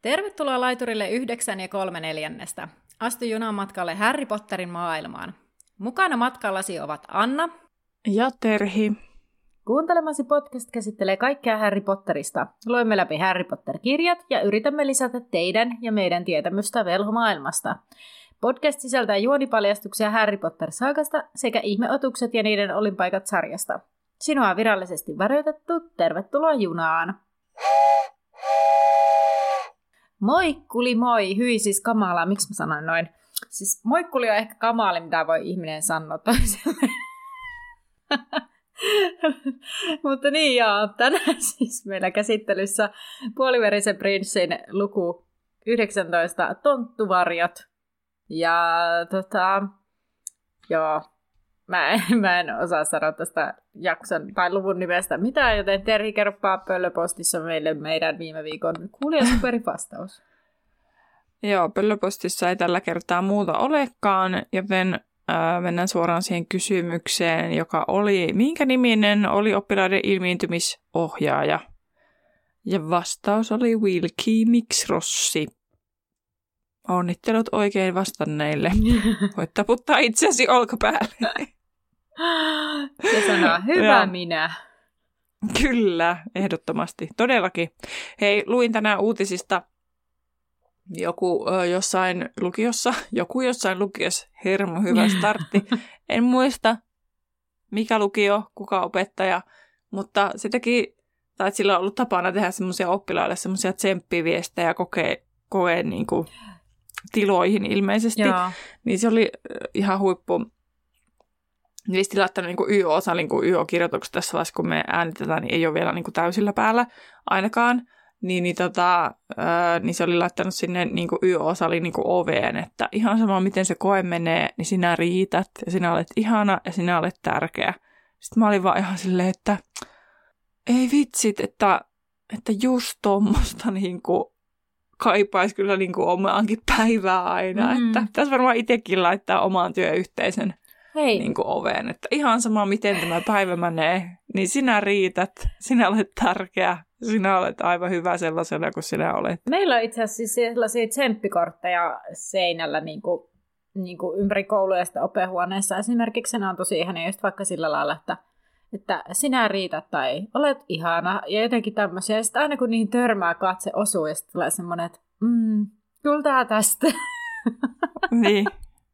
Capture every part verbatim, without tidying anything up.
Tervetuloa laiturille yhdeksän ja kolme neljännestä. Astu junan matkalle Harry Potterin maailmaan. Mukana matkallasi ovat Anna ja Terhi. Kuuntelemasi podcast käsittelee kaikkea Harry Potterista. Luemme läpi Harry Potter-kirjat ja yritämme lisätä teidän ja meidän tietämystä velhomaailmasta. Podcast sisältää juonipaljastuksia Harry Potter-saagasta sekä ihmeotukset ja niiden olinpaikat sarjasta. Sinua on virallisesti varoitettu. Tervetuloa junaan! Moikkuli moi, hyi siis kamalaa, miksi mä sanoin noin? Siis moikkuli on ehkä kamaali, mitä voi ihminen sanoa toiselle. Mutta niin joo, tänään siis meillä käsittelyssä Puoliverisen prinssin luku yhdeksäntoista, Tonttuvarjot. Ja tota, joo, mä en, mä en osaa sanoa tästä jakson tai luvun nimestä mitään, joten Terhi, kerropaa Pöllöpostissa meille meidän viime viikon kuulijasuperivastaus. Joo, Pöllöpostissa ei tällä kertaa muuta olekaan, joten äh, mennään suoraan siihen kysymykseen, joka oli, minkä niminen oli oppilaiden ilmiintymisohjaaja? Ja vastaus oli Wilkie Mix-Rossi. Onnittelut oikein vastanneille. Voit taputtaa itseäsi olkapäälle. Se sanoo, hyvä ja minä. Kyllä, ehdottomasti. Todellakin. Hei, luin tänään uutisista joku ö, jossain lukiossa, joku jossain lukiossa, hermo hyvä startti. En muista, mikä lukio, kuka opettaja, mutta se teki, tai sillä on ollut tapana tehdä semmoisia oppilaille semmoisia tsemppiviestejä kokeen, kokeen niin kuin tiloihin ilmeisesti. Joo. Niin se oli ihan huippu. Viesti laittanut niin kuin Y O-osa, niin kuin Y O-kirjoitukset tässä vaiheessa, kun me äänitetään, niin ei ole vielä niin kuin täysillä päällä ainakaan. Niin, niin, tota, ää, niin se oli laittanut sinne niin kuin Y O-osa oli niin kuin O V:n, että ihan sama miten se koe menee, niin sinä riität ja sinä olet ihana ja sinä olet tärkeä. Sitten mä olin vaan ihan silleen, että ei vitsit, että, että just tommoista niin kuin kaipaisi kyllä niin kuin omaankin päivää aina. Mm. Että tässä varmaan itsekin laittaa omaan työyhteisön niin kuin oveen. Että ihan sama, miten tämä päivä menee, niin sinä riität, sinä olet tärkeä, sinä olet aivan hyvä sellaisena kuin sinä olet. Meillä on itse asiassa sellaisia tsemppikortteja seinällä niin kuin, niin kuin ympäri kouluja ja opehuoneessa. Esimerkiksi ne on tosi ihania just vaikka sillä lailla, että että sinä riität tai olet ihana ja jotenkin tämmöisiä. Ja sitten aina kun niihin törmää katse osuu ja sitten tulee semmoinen, että mm, kyllä tää tästä. Niin,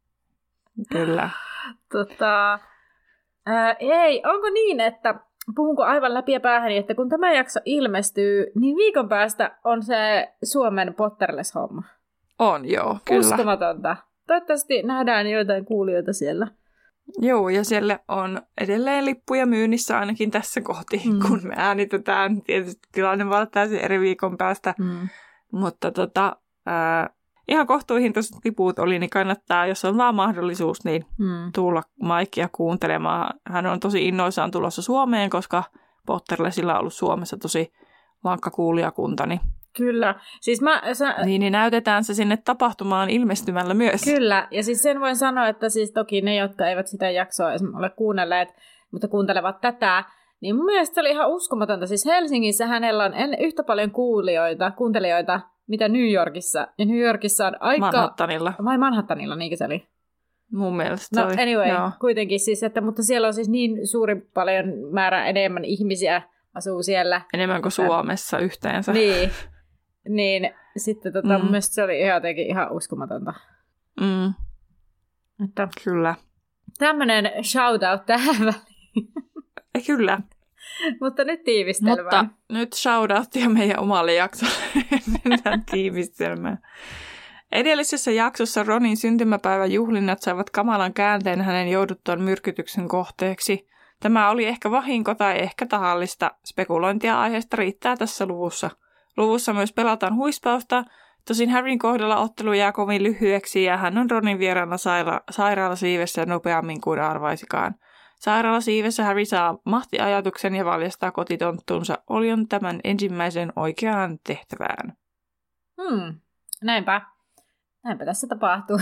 kyllä. Tota, ää, ei, onko niin, että puhunko aivan läpi ja päähäni, että kun tämä jakso ilmestyy, niin viikon päästä on se Suomen Potterless-homma? On, joo, kyllä. Uskomatonta. Toivottavasti nähdään joitain kuulijoita siellä. Joo, ja siellä on edelleen lippuja myynnissä ainakin tässä kohti, mm. kun me äänitetään. Tietysti tilanne valtaa sen eri viikon päästä, mm. mutta tota, ää, ihan kohtuuhintoiset liput oli, niin kannattaa, jos on vaan mahdollisuus, niin mm. tulla Maikia kuuntelemaan. Hän on tosi innoissaan tulossa Suomeen, koska Potterlessilla on ollut Suomessa tosi vankka kuulijakunta, niin kyllä. Siis mä, sä... niin, niin näytetään se sinne tapahtumaan ilmestymällä myös. Kyllä, ja siis sen voin sanoa, että siis toki ne, jotka eivät sitä jaksoa ole kuunnelleet, mutta kuuntelevat tätä, niin mun mielestä se oli ihan uskomatonta. Siis Helsingissä hänellä on en, yhtä paljon kuulijoita, kuuntelijoita, mitä New Yorkissa. Ja New Yorkissa on aika... Manhattanilla. Vai Manhattanilla, niinkö se oli? Mun mielestä no, oli. Anyway, joo. Kuitenkin siis, että, mutta siellä on siis niin suuri paljon määrä enemmän ihmisiä asuu siellä. Enemmän kuin että... Suomessa yhteensä. Niin. Niin sitten tota, mm. mun mielestä se oli ihan jotenkin ihan uskomatonta. Mm. Että kyllä. Tämmönen shoutout tähän väliin. Kyllä. Mutta nyt tiivistelmään. Mutta nyt shoutouttia meidän omalle jaksolle. Mennään tiivistelmään. Edellisessä jaksossa Ronin syntymäpäivän juhlinnat saivat kamalan käänteen hänen jouduttuaan myrkytyksen kohteeksi. Tämä oli ehkä vahinko tai ehkä tahallista. Spekulointia aiheesta riittää tässä luvussa. Luvussa myös pelataan huispausta, tosin Harryn kohdalla ottelu jää kovin lyhyeksi ja hän on Ronin vieraana saira- sairaalasiivessä nopeammin kuin arvaisikaan. Sairaalasiivessä Harry saa mahtiajatuksen ja valjastaa kotitonttuunsa Olion tämän ensimmäisen oikeaan tehtävään. Hmm, näinpä. Näinpä tässä tapahtuu.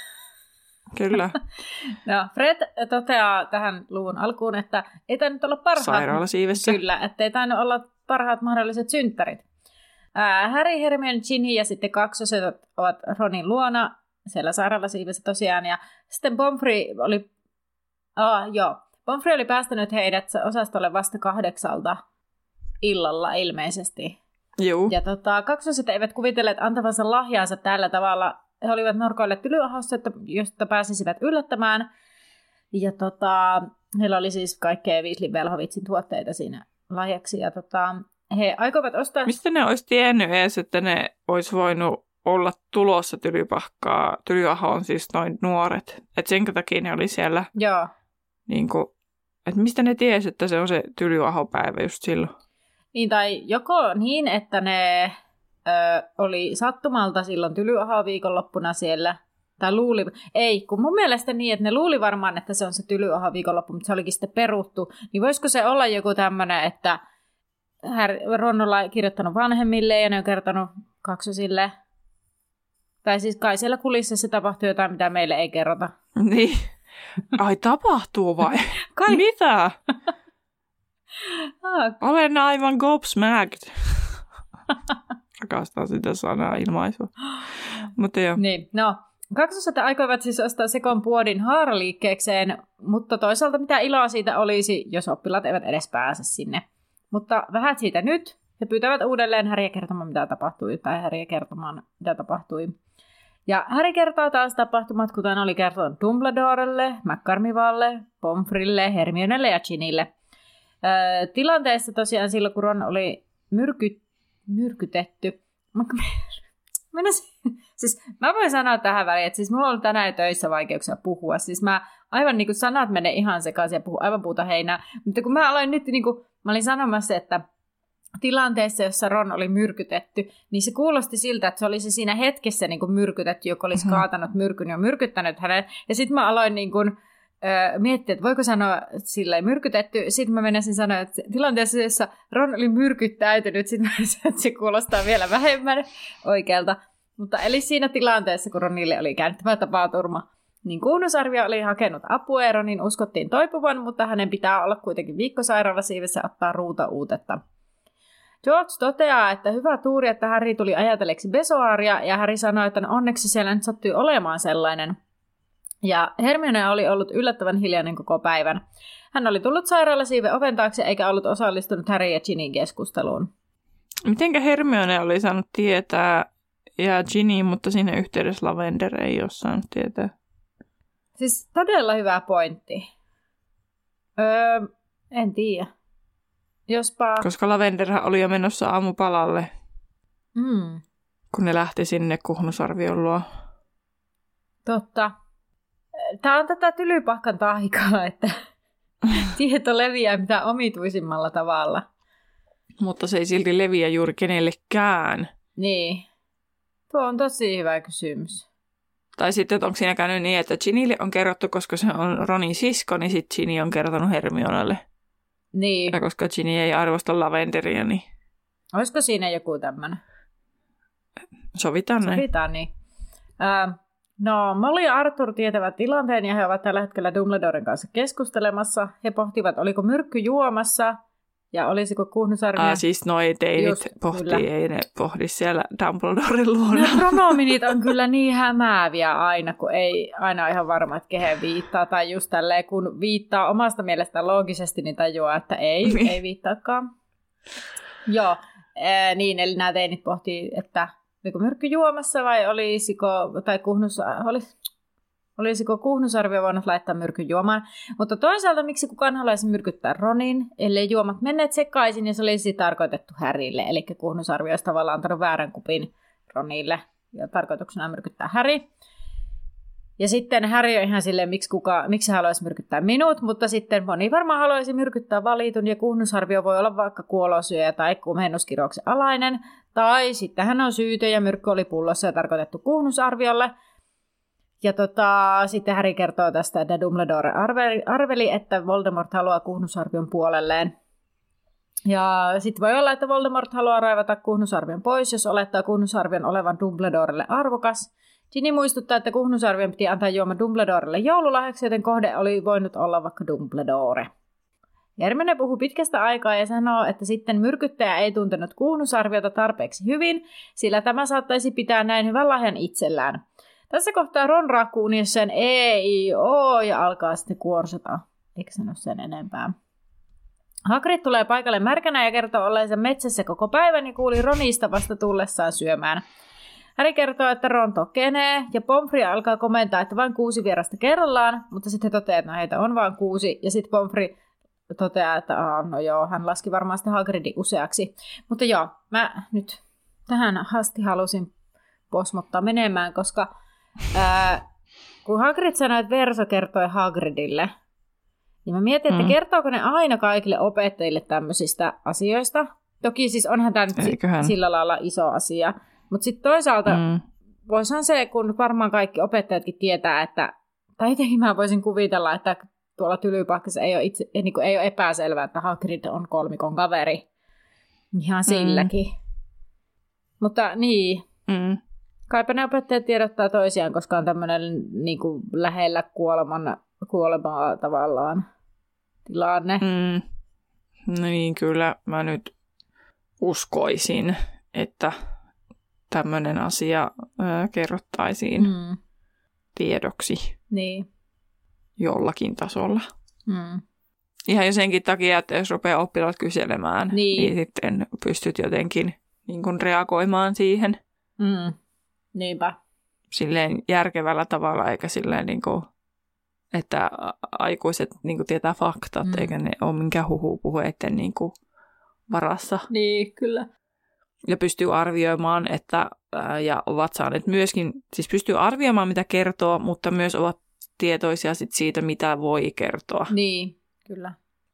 Kyllä. No, Fred toteaa tähän luvun alkuun, että ei tainnut olla parhaat... Sairaalasiivessä. Kyllä, että ei tainnut olla parhaat mahdolliset synttärit. Ää, Harry, Hermione, Ginny ja sitten kaksoset ovat Ronin luona siellä sairaalasiivessä tosiaan. Ja sitten Pomfrey oli, ah, joo, Pomfrey oli päästänyt heidät osastolle vasta kahdeksalta illalla ilmeisesti. Juu. Ja tota, kaksoset eivät kuvitelleet antavansa lahjaansa tällä tavalla. He olivat norkoille tylyahossa, josta pääsisivät yllättämään. Ja tota, heillä oli siis kaikkea Weasley Velhovitsin tuotteita siinä lahjaksi. Ja tota, he aikoivat ostaa... Mistä ne olisi tiennyt edes, että ne olisi voinut olla tulossa Tylypahkaa? Tylyaho on siis noin nuoret. Että sen takia ne oli siellä... Joo. Niin kuin, että mistä ne tiesi, että se on se Tylyaho-päivä just silloin? Niin, tai joko niin, että ne ö, oli sattumalta silloin Tylyaho-viikonloppuna siellä... Tai luuli, ei, kun mun mielestä niin, että ne luuli varmaan, että se on se Tylyaho viikonloppu, mutta se olikin sitten peruttu. Niin voisiko se olla joku tämmöinen, että Ron on kirjoittanut vanhemmille ja ne on kertonut kaksosille. Tai siis kai siellä kulississa tapahtuu jotain, mitä meille ei kerrota. Niin. Ai tapahtuu vai? Kai... Mitä? Olen aivan gobsmacked. Rakastan sitä sanaa ilmaisua. Mutta joo. Niin, no. Kaksoset aikoivat siis ostaa Second Puodin haaraliikkeekseen, mutta toisaalta mitä iloa siitä olisi, jos oppilaat eivät edes pääse sinne. Mutta vähät siitä nyt. He pyytävät uudelleen Harryä kertomaan, mitä tapahtui, tai Harryä kertomaan, mitä tapahtui. Ja Harry kertoo taas tapahtumat, kuten oli kertonut Dumbledorelle, McCormivalle, Pomfreylle, Hermionelle ja Ginnylle. Öö, tilanteessa tosiaan silloin, kun Ron oli myrky, myrkytetty. Minä, siis, mä voin sanoa tähän väliin, että siis mulla on tänään töissä vaikeuksia puhua. Siis mä aivan niin kuin sanat menee ihan sekaisin ja puhun aivan puuta heinää. Mutta kun mä aloin nyt, niin kuin, mä olin sanomassa, että tilanteessa, jossa Ron oli myrkytetty, niin se kuulosti siltä, että se olisi siinä hetkessä niin kuin myrkytetty, joka olisi mm-hmm. kaatanut myrkyn ja myrkyttänyt hänet. Ja sitten mä aloin niin kuin, ö, miettiä, että voiko sanoa silleen myrkytetty. Sitten mä menisin sanoa, että tilanteessa, jossa Ron oli myrkyttäytynyt, sitten mä sanoin, että se kuulostaa vielä vähemmän oikealta. Mutta eli siinä tilanteessa, kun Ronille oli käynyt tämä tapaturma, niin Kuhnusarvio oli hakenut apua ja Ronin uskottiin toipuvan, mutta hänen pitää olla kuitenkin viikkosairaalasiivessä ja ottaa ruutauutetta. George toteaa, että hyvä tuuri, että Harry tuli ajatelleeksi besoaria, ja Harry sanoi, että onneksi siellä nyt sattui olemaan sellainen. Ja Hermione oli ollut yllättävän hiljainen koko päivän. Hän oli tullut sairaalasiiven oven taakse, eikä ollut osallistunut Harry ja Ginnyn keskusteluun. Mitenkä Hermione oli saanut tietää, ja Ginny, mutta siinä yhteydessä Lavender ei ole saanut tietää? Siis todella hyvä pointti. Öö, en tiedä. Jospa... Koska Lavenderhan oli jo menossa aamupalalle, mm. kun ne lähti sinne Kuhnusarvion luo. Totta. Tämä on tätä Tylypahkan taikaa, että tieto leviää mitä omituisimmalla tavalla. Mutta se ei silti leviä juuri kenellekään. Niin. Tuo on tosi hyvä kysymys. Tai sitten, että onko siinä käynyt niin, että Ginnylle on kerrottu, koska se on Ronin sisko, niin sitten Ginny on kertonut Hermionelle. Niin. Ja koska Ginny ei arvosta Lavenderia, niin... Olisiko siinä joku tämmöinen? Sovitaan näin. Sovitaan, niin. Äh, no, Molly ja Arthur tietävät tilanteen ja he ovat tällä hetkellä Dumbledoren kanssa keskustelemassa. He pohtivat, oliko myrkky juomassa ja olisiko Kuhnusarvio... Ah, siis noi teinit Just, pohtii, kyllä. Ei ne pohdi siellä Dumbledoren luona. No, pronominit on kyllä niin hämääviä aina, kun ei aina ole ihan varma, että kehen viittaa. Tai just tälleen, kun viittaa omasta mielestään loogisesti, niin tajuaa, että ei, niin. ei viittaakaan. Joo, ee, niin, eli nämä teinit pohtii, että oliko myrkky juomassa vai olisiko, tai kuhnus, olis, olisiko Kuhnusarvio voinut laittaa myrkyn juomaan. Mutta toisaalta miksi kukaan haluaisi myrkyttää Ronin, ellei juomat menneet sekaisin ja se olisi tarkoitettu Harrylle. Eli Kuhnusarvio olisi tavallaan antanut väärän kupin Ronille ja tarkoituksena myrkyttää Harry. Ja sitten Harry on ihan silleen, miksi, kuka, miksi hän haluaisi myrkyttää minut, mutta sitten moni varmaan haluaisi myrkyttää valitun, ja Kuhnusarvio voi olla vaikka kuolosyöjä tai kuumennuskirouksen alainen, tai sitten hän on syytö ja myrkky oli pullossa ja tarkoitettu Kuhnusarviolle. Ja tota, sitten Harry kertoo tästä, että Dumbledore arveli, arveli että Voldemort haluaa Kuhnusarvion puolelleen. Ja sitten voi olla, että Voldemort haluaa raivata Kuhnusarvion pois, jos olettaa Kuhnusarvion olevan Dumbledorelle arvokas. Ginny muistuttaa, että Kuhnusarvion piti antaa juoma Dumbledorelle joululahjaksi, joten kohde oli voinut olla vaikka Dumbledore. Hermione puhuu pitkästä aikaa ja sanoo, että sitten myrkyttäjä ei tuntenut kuunnusarviota tarpeeksi hyvin, sillä tämä saattaisi pitää näin hyvän lahjan itsellään. Tässä kohtaa Ron rakkuu sen E I O ja alkaa sitten kuorsata. Eikö sano sen enempää? Hagrid tulee paikalle märkänä ja kertoo olleensa metsässä koko päivän ja kuuli Ronista vasta tullessaan syömään. Harry kertoo, että Ron tokenee ja Pomfrey alkaa komentaa, että vain kuusi vierasta kerrallaan, mutta sitten toteaa, että no, heitä on vain kuusi ja sitten Pomfrey toteaa, että Aa, no joo, hän laski varmaan sitä Hagridin useaksi. Mutta joo, mä nyt tähän asti halusin posmottaa menemään, koska ää, kun Hagrid sanoi, että Verso kertoi Hagridille, niin mä mietin, että mm. kertooko ne aina kaikille opettajille tämmöisistä asioista. Toki siis onhan tämä nyt Eiköhän. sillä lailla iso asia. Mutta sitten toisaalta mm. voisihan se, kun varmaan kaikki opettajatkin tietää, että, tai jotenkin mä voisin kuvitella, että tuolla Tylypahkassa ei ole, itse, niin kuin ei ole epäselvää, että Hagrid on kolmikon kaveri. Ihan silläkin. Mm. Mutta niin, mm. kaipa ne opettajat tiedottaa toisiaan, koska on tämmöinen niin kuin lähellä kuoleman, kuolemaa tavallaan tilanne. Mm. Niin, kyllä mä nyt uskoisin, että tämmöinen asia ää, kerrottaisiin mm. tiedoksi niin. jollakin tasolla. Mm. Ihan jo senkin takia, että jos rupeaa oppilaat kyselemään, niin, niin sitten pystyt jotenkin niin kuin reagoimaan siihen. Mm. Niinpä. Silleen järkevällä tavalla, eikä silleen, niin kuin, että aikuiset niin kuin tietää faktat, mm. eikä ne ole minkään huhupuheiden niin kuin varassa. Niin, kyllä. Ja pystyy arvioimaan, että, ää, ja ovat saaneet myöskin, siis pystyy arvioimaan, mitä kertoo, mutta myös ovat tietoisia sit siitä, mitä voi kertoa. Niin, kyllä.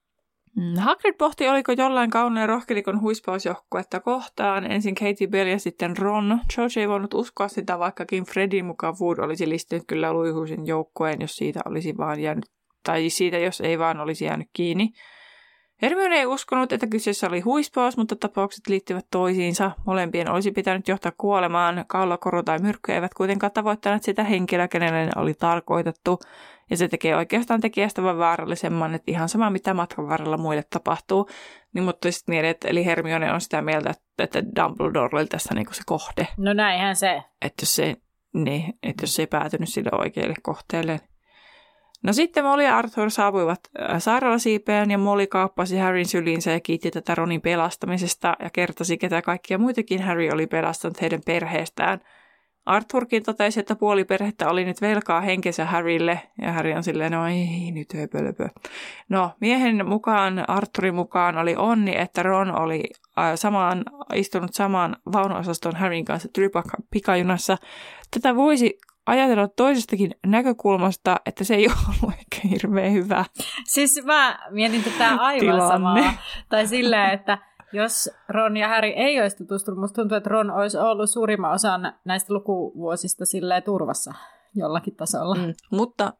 Hagrid pohti, oliko jollain kauneen rohkelikon huispausjoukkuetta kohtaan. Ensin Katie Bell ja sitten Ron. George ei voinut uskoa sitä, vaikkakin Fredin mukaan Wood olisi listynyt kyllä luihuisin joukkueen, jos siitä olisi vaan jäänyt, tai siitä, jos ei vaan olisi jäänyt kiinni. Hermione ei uskonut, että kyseessä oli huispaus, mutta tapaukset liittyvät toisiinsa. Molempien olisi pitänyt johtaa kuolemaan. Kaulakoru tai myrkky eivät kuitenkaan tavoittaneet sitä henkilöä, kenelle ne oli tarkoitettu. Ja se tekee oikeastaan tekijästä vain vaarallisemman, että ihan sama mitä matkan varrella muille tapahtuu. Niin, mutta sitten mietin, että eli Hermione on sitä mieltä, että, että Dumbledore oli tässä niinku se kohde. No näinhän se. Että jos se, niin, että jos se ei päätynyt sille oikealle kohteelle. No sitten Molly ja Arthur saapuivat sairaalasiipeen ja Molly kaappasi Harryn syliinsä ja kiitti tätä Ronin pelastamisesta ja kertasi, ketä kaikkia muitakin Harry oli pelastanut heidän perheestään. Arthurkin totesi, että puoli perhettä oli nyt velkaa henkensä Harrylle ja Harry on silleen, no ei nyt höpölöpö. No miehen mukaan, Arthurin mukaan oli onni, että Ron oli äh, samaan, istunut samaan vaunuosaston Harryn kanssa Tylypahka-pikajunassa. Tätä voisi ajatella toisestakin näkökulmasta, että se ei ollut ehkä hirveän hyvä. Siis mä mietin tätä aivan tilanne. Samaa. Tai silleen, että jos Ron ja Harry ei olisi tutustunut, musta tuntuu, että Ron olisi ollut suurimman osan näistä lukuvuosista silleen turvassa jollakin tasolla. Mm, mutta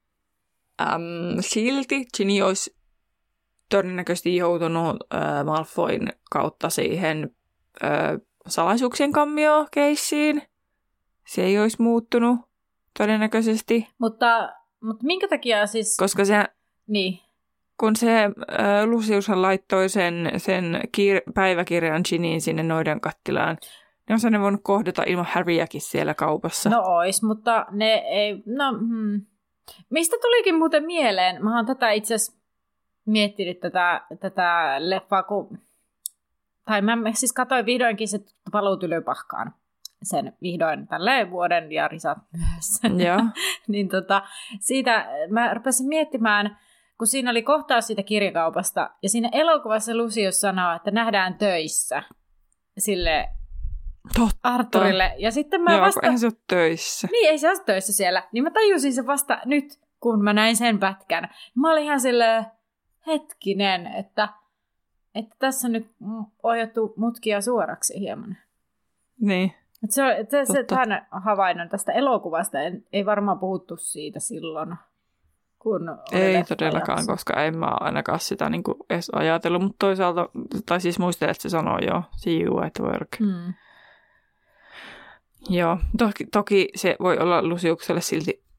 äm, silti Ginny olisi todennäköisesti joutunut äh, Malfoyn kautta siihen äh, salaisuuksien kammio-keissiin. Se ei olisi muuttunut todennäköisesti. Mutta, mutta minkä takia siis... Koska se... Niin. Kun se äh, Luciushan laittoi sen, sen kiir- päiväkirjan Ginnyin sinne noiden kattilaan, niin on ne voinut kohdata ilman Harryäkin siellä kaupassa. No ois, mutta ne ei... No, hmm. Mistä tulikin muuten mieleen? Mä oon tätä itse asiassa miettinyt tätä, tätä leffaa, kun... Tai mä siis katsoin vihdoinkin se Paluu Tylypahkaan. Sen vihdoin tälleen vuoden ja risat myös. Joo. Niin tota, siitä mä rupesin miettimään, kun siinä oli kohtaus siitä kirjakaupasta, ja siinä elokuvassa Lucius sanoo, että nähdään töissä sille Totta. Arthurille. Ja sitten mä Joo, vasta... eihän se ole töissä. Niin, ei se ole töissä siellä. Niin mä tajusin se vasta nyt, kun mä näin sen pätkän. Mä olin ihan silleen hetkinen, että, että tässä nyt ohjattu mutkia suoraksi hieman. Niin. Että se, se, se tämän havainnon tästä elokuvasta en, ei varmaan puhuttu siitä silloin, kun ei todellakaan, jakso. Koska en mä ainakaan sitä niin kuin edes ajatellut, mutta toisaalta, tai siis muistelen, että se sanoo jo, see you at work. Hmm. Joo, toki, toki se voi olla Luciukselle silti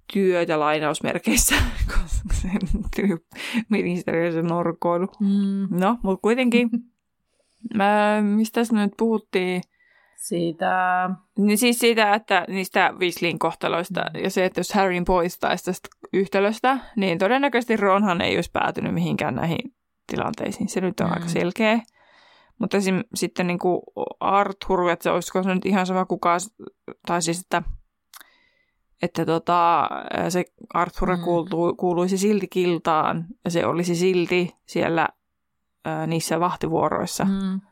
työtä lainausmerkeissä, koska se ministeriössä norkoilu. Mm. No, mutta kuitenkin, mä, mistä nyt puhuttiin? Siitä... Niin siis siitä, että niistä Weasleyn kohtaloista mm. ja se, että jos Harryn poistaisi tästä yhtälöstä, niin todennäköisesti Ronhan ei olisi päätynyt mihinkään näihin tilanteisiin. Se nyt on mm. aika selkeä. Mutta esim. Sitten niin kuin Arthur, että se olisiko se nyt ihan sama kukaan, tai siis, että, että tota, se Arthur mm. kuulu, kuuluisi silti kiltaan ja se olisi silti siellä ää, niissä vahtivuoroissa. Mm.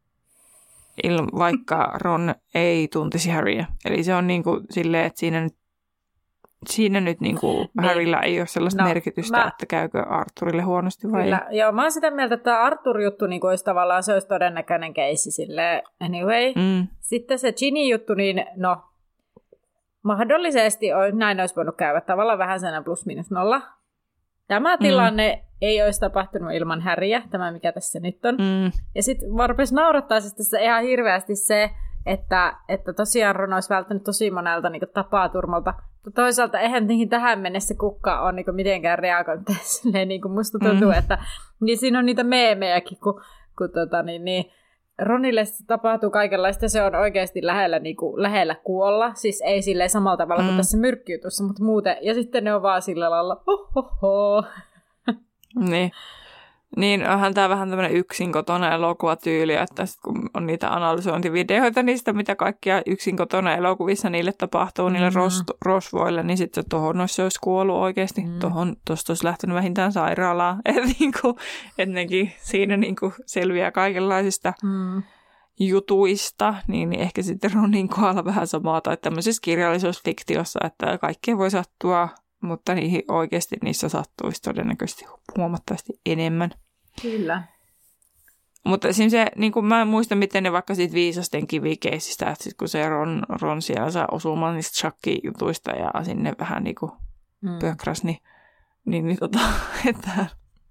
Il, vaikka Ron ei tuntisi Harryä. Eli se on niin kuin silleen, että siinä nyt, siinä nyt niin kuin niin. Harryllä ei ole sellaista no, merkitystä, mä... että käykö Arthurille huonosti vai Kyllä. Joo, mä oon sitä mieltä, että Arthur-juttu niin olisi tavallaan, se olisi todennäköinen keissi silleen anyway. Mm. Sitten se Ginny-juttu, niin no, mahdollisesti on, näin olisi voinut käydä tavallaan vähän sen plus minus nolla. Tämä tilanne mm. ei olisi tapahtunut ilman Harryä, tämä mikä tässä nyt on. Mm. Ja sitten mä rupesin naurattaa siis tässä ihan hirveästi se, että, että tosiaan Ron olisi välttänyt tosi monelta niin tapaturmalta. Mutta toisaalta eihän niihin tähän mennessä kukaan ole niin mitenkään reagoinut. Silleen, niin kuin musta tuntuu, mm. että niin siinä on niitä meemejäkin, kun, kun tota, niin, niin, Ronille tapahtuu kaikenlaista. Se on oikeasti lähellä, niin kuin, lähellä kuolla. Siis ei silleen samalla tavalla mm. kuin tässä myrkkyjutussa, mutta muuten. Ja sitten ne on vaan sillä lailla, ohoho. Niin. Niin onhan tämä vähän tämmöinen yksinkotona elokuvatyyli, että sit kun on niitä analysointivideoita niistä, mitä kaikkia yksinkotona elokuvissa niille tapahtuu, mm. niille ros- rosvoille, niin sitten tuohon olisi kuollut oikeasti. Mm. Tuohon tuosta olisi lähtenyt vähintään sairaalaan. Että niinku, et nekin siinä niinku selviää kaikenlaisista mm. jutuista, niin, niin ehkä sitten Ronin kohdalla vähän samaa, tai tämmöisessä kirjallisuusfiktiossa, että kaikkea voi sattua, mutta niihin oikeasti niissä sattuisi todennäköisesti huomattavasti enemmän. Kyllä. Mutta esimerkiksi se, niin kuin mä en muista, miten ne vaikka siitä viisasten kivikeisistä, että sit kun se Ron, Ron siellä saa osumaan niistä shakki-jutuista ja sinne vähän niin kuin mm. pökräs, niin, niin, niin tota, että,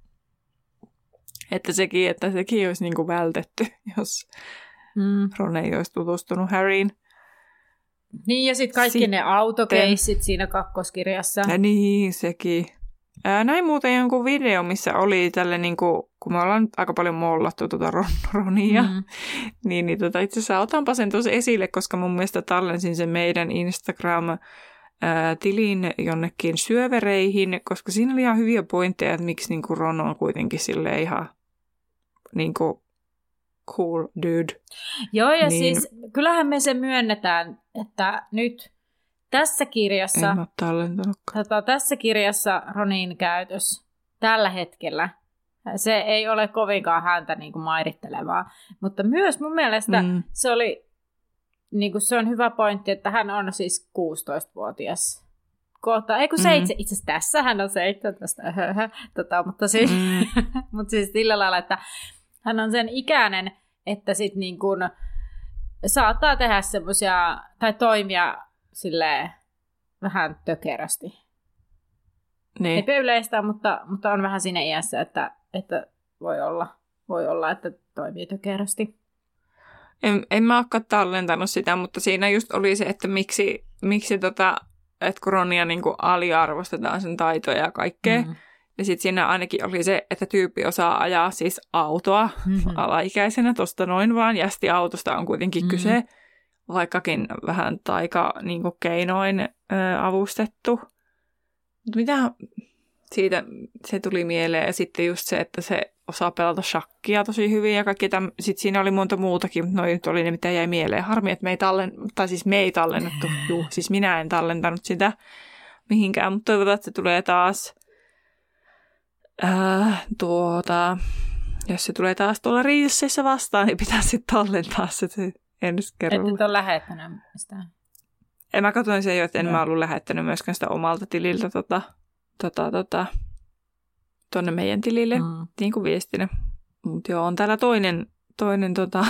että, sekin, että sekin olisi niin kuin vältetty, jos mm. Ron ei olisi tutustunut Harryin. Niin, ja sitten kaikki sitten ne autokeissit siinä kakkoskirjassa. Ja niin, sekin. Ää, näin muuten jonkun video, missä oli tälle, niin kuin, kun me ollaan aika paljon mollattu tuota Ron, Ronia, mm. niin, niin tota, itse asiassa otanpa sen tuossa esille, koska mun mielestä tallensin sen meidän Instagram-tilin jonnekin syövereihin, koska siinä oli ihan hyviä pointteja, että miksi niin kuin Ron on kuitenkin silleen ihan niin kuin cool dude. Joo, ja niin, siis kyllähän me se myönnetään, että nyt tässä kirjassa, en ole tallentanutkaan. Tota, tässä kirjassa Ronin käytös tällä hetkellä, se ei ole kovinkaan häntä niin kuin mairittelevaa, mutta myös mun mielestä mm. se oli, niin kuin se on hyvä pointti, että hän on siis kuusitoistavuotias. Kohta, ei kun mm. seitse, itse asiassa tässä hän on seitsemäntoista, tota, mutta, siis, mm. mutta siis sillä lailla, että hän on sen ikäinen, että sit niin kun saattaa tehdä semmoisia, tai toimia silleen vähän tökerästi. Niin. Eipä yleistä, mutta, mutta on vähän siinä iässä, että, että voi, olla, voi olla, että toimii tökerästi. En, en mä olekaan tallentanut sitä, mutta siinä just oli se, että miksi, miksi tota, että kun Ronia niin kuin aliarvostetaan sen taitoja ja kaikkea. Mm-hmm. Ja sitten siinä ainakin oli se, että tyyppi osaa ajaa siis autoa mm-hmm. alaikäisenä tuosta noin vaan. Jästi autosta on kuitenkin mm-hmm. kyse, vaikkakin vähän taika niin kuin keinoin ö, avustettu. Mutta mitä siitä se tuli mieleen. Ja sitten just se, että se osaa pelata shakkia tosi hyvin ja kaikki täm... Sitten siinä oli monta muutakin, mutta noi nyt oli ne, mitä jäi mieleen. Harmi, että me ei, tallen... tai siis me ei tallennettu. Juu, siis minä en tallentanut sitä mihinkään, mutta toivotaan, että se tulee taas... Äh, tuota, jos se tulee taas tuolla Reelseissä vastaan, niin pitää sitten tallentaa se ensi kerralla. Ette ole lähettänyt sitä? En mä katsoin sen jo, että en no. mä ollut lähettänyt myöskään sitä omalta tililtä tota, tota, tota, tuonne meidän tilille, mm. niin kuin viestinä. Mutta joo, on täällä toinen, toinen, tota,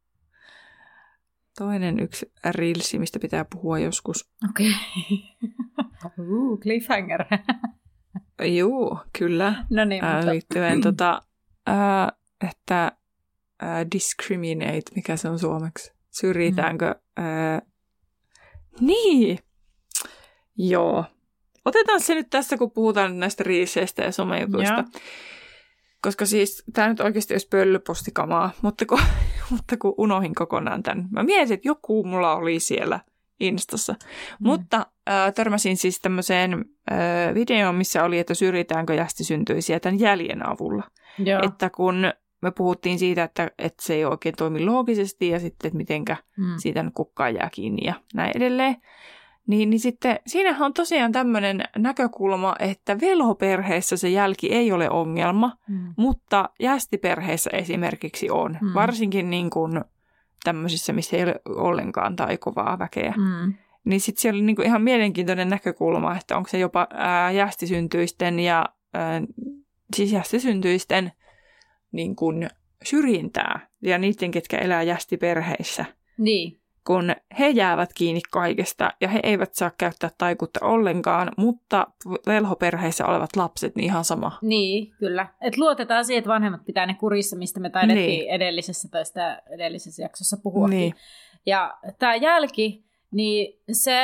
toinen yksi Reelsi, mistä pitää puhua joskus. Okei. Okay. uh, cliffhanger. Joo, kyllä. No niin, äh, mutta... liittyen, tota, äh, että äh, discriminate, mikä se on suomeksi? Syrjitäänkö? Mm. Äh, niin, joo. otetaan se nyt tässä, kun puhutaan näistä riiseistä ja somejutuista. Joo. Koska siis tämä nyt oikeasti olisi pöllöpostikamaa, mutta kun, mutta kun unohin kokonaan tämän. Mä mietin, että joku mulla oli siellä Instassa. Mm. Mutta äh, törmäsin siis tämmöiseen äh, videoon, missä oli, että syrjitäänkö jästisyntyisiä tämän jäljen avulla. Joo. Että kun me puhuttiin siitä, että, että se ei oikein toimi loogisesti ja sitten, että mitenkä mm. siitä nyt kukaan jää kiinni ja näin edelleen. Niin, niin sitten siinähän on tosiaan tämmöinen näkökulma, että velhoperheessä se jälki ei ole ongelma, mm. mutta jästiperheessä esimerkiksi on. Mm. Varsinkin niin kuin tämmöisissä, missä ei ole ollenkaan tai kovaa väkeä. Mm. Niin sitten siellä oli niin kuin ihan mielenkiintoinen näkökulma, että onko se jopa ää, jästisyntyisten ja ää, siis jästisyntyisten niin kuin syrjintää ja niiden, ketkä elää jästiperheissä. Niin. Kun he jäävät kiinni kaikesta ja he eivät saa käyttää taikuutta ollenkaan, mutta velhoperheissä olevat lapset, niin ihan sama. Niin, kyllä. Et luotetaan siihen, että vanhemmat pitää ne kurissa, mistä me taidettiin niin. edellisessä tai sitä edellisessä jaksossa puhuakin. Niin. Ja tämä jälki, niin se,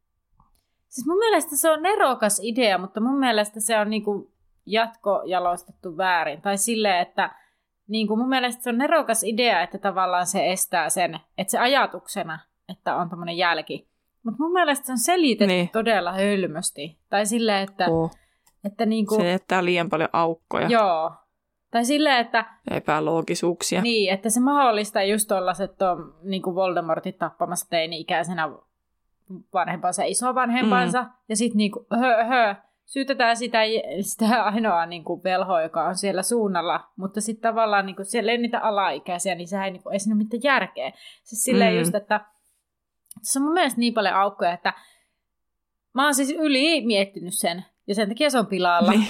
siis mun mielestä se on nerokas idea, mutta mun mielestä se on niinku jatkojalostettu väärin. Tai silleen, että niin kuin mun mielestä se on nerokas idea, että tavallaan se estää sen, että se ajatuksena, että on tämmöinen jälki. Mutta mun mielestä se on selitetty niin. todella hölmösti. Tai silleen, että... Oh. että niin kuin, se jättää liian paljon aukkoja. Joo. Tai silleen, että... epäloogisuuksia. Niin, että se mahdollistaa just tollaset, että on niin kuin Voldemortin tappamassa teini-ikäisenä vanhempansa, isovanhempansa. Mm. Ja sitten niin kuin hö, hö. Syytetään sitä, sitä ainoa niin kuin velhoa, joka on siellä suunnalla, mutta sitten tavallaan niin kuin siellä ei niitä alaikäisiä, niin sehän ei, niin kuin, ei siinä ole mitään järkeä. Siis silleen mm. just, että tässä on mun mielestä niin paljon aukkoja, että mä oon siis yli miettinyt sen, ja sen takia se on pilalla. Niin.